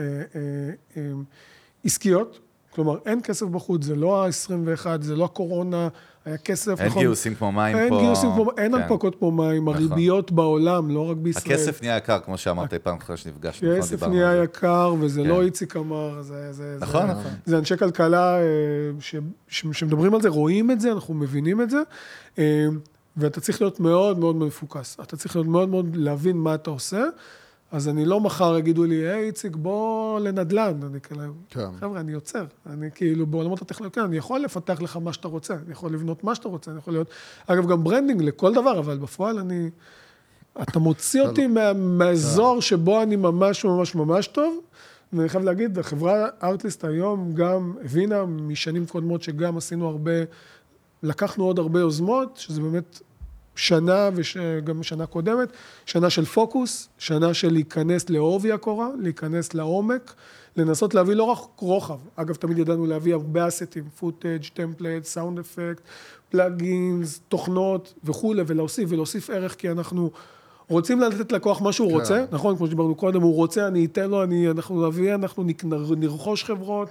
עסקיות, כלומר, אין כסף בחוץ, זה לא ה-עשרים ואחת, זה לא הקורונה, היה כסף, אין גיוסים כמו מים פה. אין גיוסים כמו, אין הנפקות כמו מים, הריביות בעולם, לא רק בישראל. הכסף נהיה יקר, כמו שאמרת, פעם אחרי שנפגשנו. הכסף נהיה יקר, וזה לא איציק אמר, נכון, נכון. זה אנשי כלכלה שמדברים על זה, רואים את זה, אנחנו מבינים את זה, ואתה צריך להיות מאוד מאוד מפוקס. אתה צריך להיות מאוד מאוד להבין מה אתה עושה, אז אני לא מחר יגידו לי, היי, איציק, בוא לנדל"ן. אני כאילו, חבר'ה, אני יוצר. אני כאילו, בעולמות הטכנולוגיה, אני יכול לפתח לך מה שאתה רוצה, אני יכול לבנות מה שאתה רוצה, אני יכול להיות, אגב, גם ברנדינג לכל דבר, אבל בפועל אני, אתה מוציא אותי מהאזור שבו אני ממש ממש ממש טוב, ואני חייב להגיד, החברה ארטליסט היום גם הבינה משנים קודמות שגם עשינו הרבה, לקחנו עוד הרבה יוזמות, שזה באמת שנה וגם שנה קודמת, שנה של פוקוס, שנה של להיכנס לעובי הקורה, להיכנס לעומק, לנסות להביא לא רק רוחב. אגב, תמיד ידענו להביא הרבה אסטים, פוטאג', טמפלייט, סאונד אפקט, פלאגינס, תוכנות וכו', ולהוסיף ולהוסיף ערך, כי אנחנו רוצים לתת לקוח מה שהוא רוצה, נכון? כמו שדיברנו קודם, הוא רוצה, אני אתן לו, אני, אנחנו נביא, אנחנו נרכוש חברות,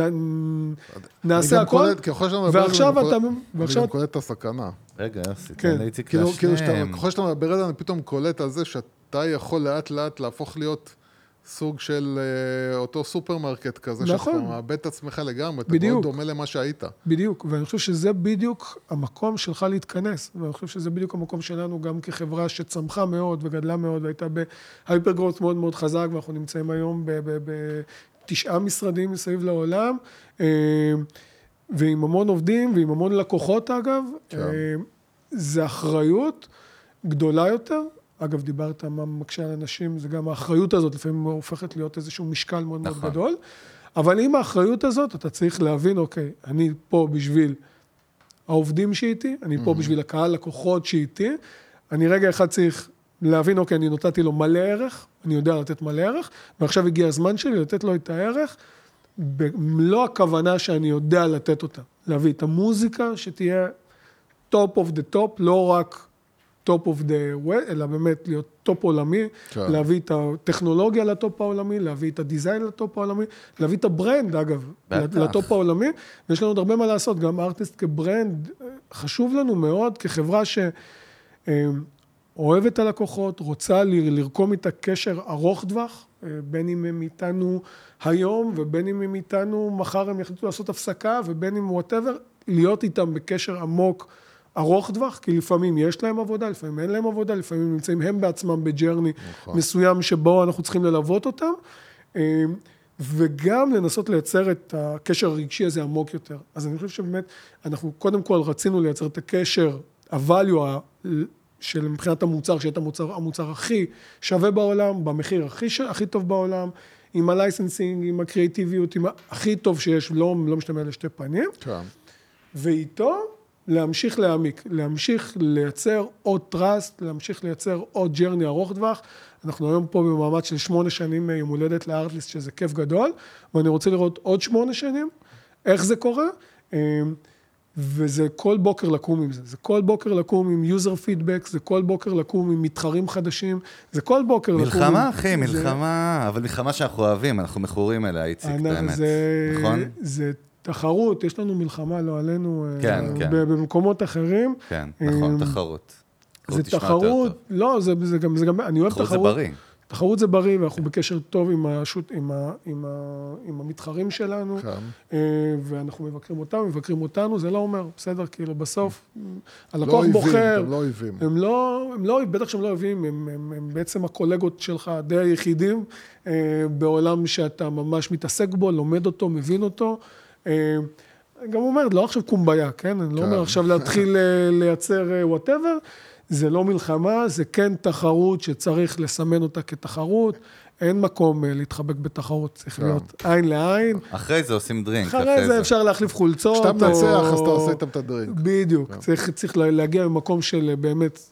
נעשה הכל, ועכשיו אתה... אני גם קולט את הסכנה. רגע, יוסי, תן לאיציק להשנם. ככל שאתה מדבר על זה, אני פתאום קולט על זה שאתה יכול לאט לאט להפוך להיות סוג של אותו סופרמרקט כזה, שאתה מאבד את עצמך לגמרי, אתה מאוד דומה למה שהיית. בדיוק, ואני חושב שזה בדיוק המקום שלך להתכנס, ואני חושב שזה בדיוק המקום שלנו גם כחברה שצמחה מאוד וגדלה מאוד, והייתה בהייפרגרוט מאוד מאוד חזק, ואנחנו נמצאים היום בתשעה משרדים מסביב לעולם, ועם המון עובדים, ועם המון לקוחות אגב, זה אחריות גדולה יותר, אגב, דיברת מה מקשה על אנשים, זה גם האחריות הזאת, לפעמים הופכת להיות איזשהו משקל מאוד מאוד גדול, אבל עם האחריות הזאת, אתה צריך להבין, אוקיי, אני פה בשביל העובדים שאיתי, אני פה בשביל הקהל, לקוחות שאיתי, אני רגע אחד צריך להבין, אוקיי, אני נותנתי לו מלא ערך, אני יודע לתת מלא ערך, ועכשיו הגיע הזמן שלי לתת לו את הערך, במלוא הכוונה שאני יודע לתת אותה, להביא את המוזיקה שתהיה top of the top, לא רק top of the way, אלא באמת להיות טופ עולמי, כן. להביא את הטכנולוגיה לטופ העולמי, להביא את הדיזיין לטופ העולמי, להביא את הברנד, אגב, בטח. לטופ העולמי, ויש לנו עוד הרבה מה לעשות, גם ארטיסט כברנד, חשוב לנו מאוד, כחברה שאוהבת את הלקוחות, רוצה לרקום את הקשר ארוך טווח, בין אם הם איתנו היום, ובין אם הם איתנו מחר הם יחליטו לעשות הפסקה, ובין אם whatever, להיות איתם בקשר עמוק, ארוך טווח, כי לפעמים יש להם עבודה, לפעמים אין להם עבודה, לפעמים נמצאים הם בעצמם בג'רני מסוים שבו אנחנו צריכים ללוות אותם, וגם לנסות לייצר את הקשר הרגשי הזה עמוק יותר. אז אני חושב שבאמת, אנחנו קודם כל רצינו לייצר את הקשר, הvalue של מבחינת המוצר, שיהיה את המוצר, המוצר הכי שווה בעולם, במחיר הכי, הכי טוב בעולם, עם הלייסנסינג, עם הקריאטיביות, עם הכי טוב שיש, לא, לא משתמע לשתי פנים. כן. ואיתו, להמשיך להעמיק, להמשיך לייצר עוד טראסט, להמשיך לייצר עוד ג'רני ארוך טווח. אנחנו היום פה במעמד של שמונה שנים יום הולדת לארטליסט, שזה כיף גדול, ואני רוצה לראות עוד שמונה שנים, איך זה קורה, וזה כל בוקר לקום עם זה. זה כל בוקר לקום עם יוזר פידבק, זה כל בוקר לקום עם מתחרים חדשים, זה כל בוקר לקום... מלחמה, אחי, מלחמה, אבל מלחמה שאנחנו אוהבים, אנחנו מכורים אליה, איציק, באמת, נכון? זה... תחרות, יש לנו מלחמה, לא עלינו, כן, כן. במקומות אחרים. כן, נכון, תחרות. זה תחרות, לא, זה, זה גם, זה גם, אני אוהב תחרות. תחרות זה בריא. תחרות זה בריא, ואנחנו בקשר טוב עם, השוט, עם, ה, עם, ה, עם המתחרים שלנו, ואנחנו מבקרים אותם, מבקרים אותנו, זה לא אומר, בסדר, כאילו, בסוף, הלקוח בוחר. הם לא אוהבים. הם לא, הם לא, בטח שהם לא אוהבים, הם, הם, הם בעצם הקולגות שלך, די היחידים, בעולם שאתה ממש מתעסק בו, לומד אותו, מבין אותו, גם אומרת, לא עכשיו קומביה, כן? אני לא אומר עכשיו להתחיל לייצר whatever, זה לא מלחמה, זה כן תחרות שצריך לסמן אותה כתחרות, אין מקום להתחבק בתחרות, צריך להיות עין לעין. אחרי זה עושים דרינק. אחרי זה אפשר להחליף חולצות. כשאתה מנצח, אז אתה עושה איתם את הדרינק. בדיוק, צריך להגיע למקום של באמת,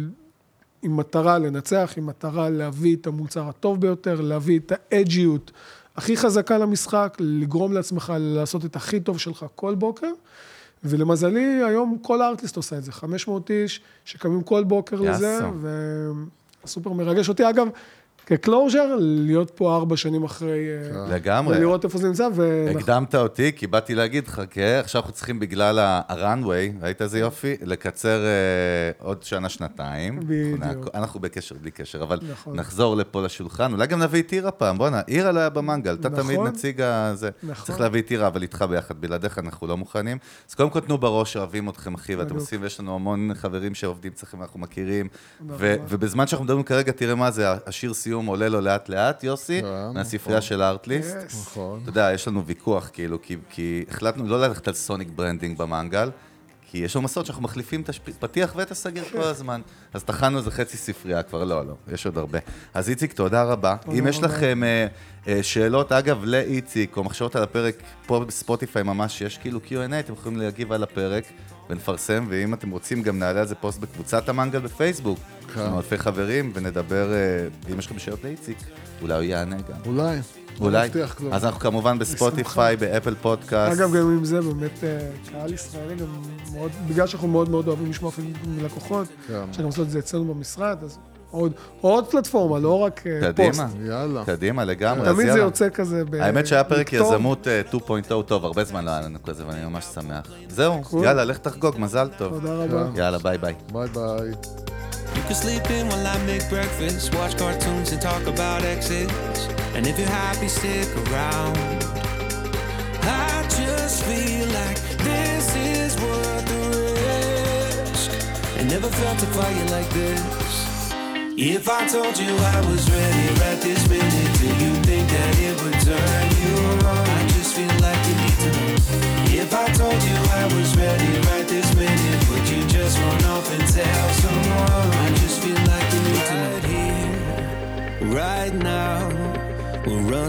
עם מטרה לנצח, עם מטרה להביא את המוצר הטוב ביותר, להביא את האג'יות, הכי חזקה למשחק, לגרום לעצמך לעשות את הכי טוב שלך כל בוקר, ולמזלי, היום כל הארטליסט עושה את זה, חמש מאות איש שקמים כל בוקר לזה, והסופר מרגש אותי, אגב, כקלוז'ר, להיות פה ארבע שנים אחרי... לגמרי. ולראות איפה זה נמצא, ו... הקדמת אותי, כי באתי להגיד לך, כי עכשיו אנחנו צריכים בגלל הראנוויי, ראית איזה יופי? לקצר עוד שנה, שנתיים. בדיוק. אנחנו בקשר, בלי קשר, אבל נחזור לפה לשולחן, אולי גם נביא את עירה פעם, בוא'נה, עירה לא היה במנגל, אתה תמיד נציג הזה. צריך להביא את עירה, אבל איתך ביחד, בלעדיך אנחנו לא מוכנים. אז קודם כל תנו בראש, אוהבים אתכם, אחי, ואתם עושים, ויש לנו המון חברים שעובדים צריכים, אנחנו מכירים. ובזמן שאנחנו מדברים כרגע, תראה מה זה, השיר סיום עולה לו לאט לאט, יוסי, מהספרייה של הארטליסט. אתה יודע, יש לנו ויכוח, כאילו, כי החלטנו לא ללכת על סוניק ברנדינג במנגל, כי יש לנו מסעות שאנחנו מחליפים את הפתיח ואת הסגיר כל הזמן. אז תחנו איזה חצי ספרייה כבר, לא, לא, יש עוד הרבה. אז איציק, תודה רבה. אם יש לכם שאלות, אגב, לאיציק, או מחשבות על הפרק, פה בספוטיפיי ממש יש כאילו קיו אנד איי, אתם יכולים להגיב על הפרק ונפרסם, ואם אתם רוצים גם נעלה על זה פוסט בקבוצת המנגל בפייסבוק. יש לנו אלפי חברים, ונדבר, אם יש לכם שאלות לאיציק, אולי הוא יענה גם. אולי. אולי. אז אנחנו כמובן בספוטיפיי, באפל פודקאסט. אגב, גם עם זה באמת קהל ישראלי, גם מאוד, בגלל שאנחנו מאוד מאוד אוהבים לשמוע מלקוחות, שאנחנו עושים את זה אצלנו במשרד, אז עוד, עוד פלטפורמה, לא רק פוסט. קדימה, יאללה. קדימה, לגמרי. תמיד זה יוצא כזה ב... האמת שהיה פרק יזמות שתיים נקודה אפס טוב, הרבה זמן לא היה לנו כזה, ואני ממש שמח. זהו, יאללה, לך תחגוג, מזל טוב. תודה רבה. יאללה, ביי ביי. ביי ביי. You can sleep in while I make breakfast, watch cartoons and talk about exes. And if you're happy, stick around. I just feel like this is worth the risk. I never felt a fire like this. If I told you I was ready right this minute, do you think that it would turn you on? I just feel like you need to know. If I told you I was ready right this minute, would you just run off and tell someone? I just feel like you need to know.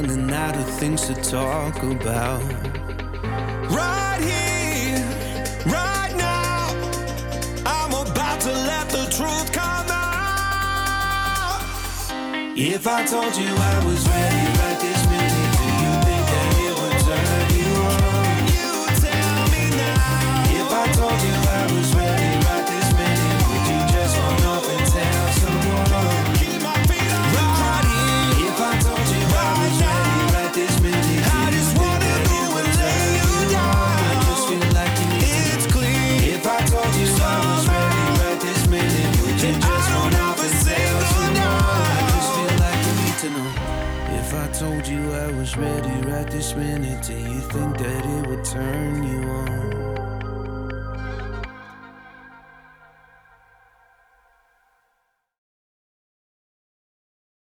running out of things to talk about. Right here, right now, I'm about to let the truth come out. If I told you I was ready right this minute, do you think that it would turn you on? You tell me now. If I told you I was ready right this minute, would you just run off and tell someone? Keep my feet on the ground. If I told you I was ready right this minute, I just wanna go and lay you down. I just feel like you need to know. It's clear. If I told you I was ready right this minute, would you just run off and tell someone? I just feel like you need to know. If I told you I was ready right this minute, do you think that it would turn you on?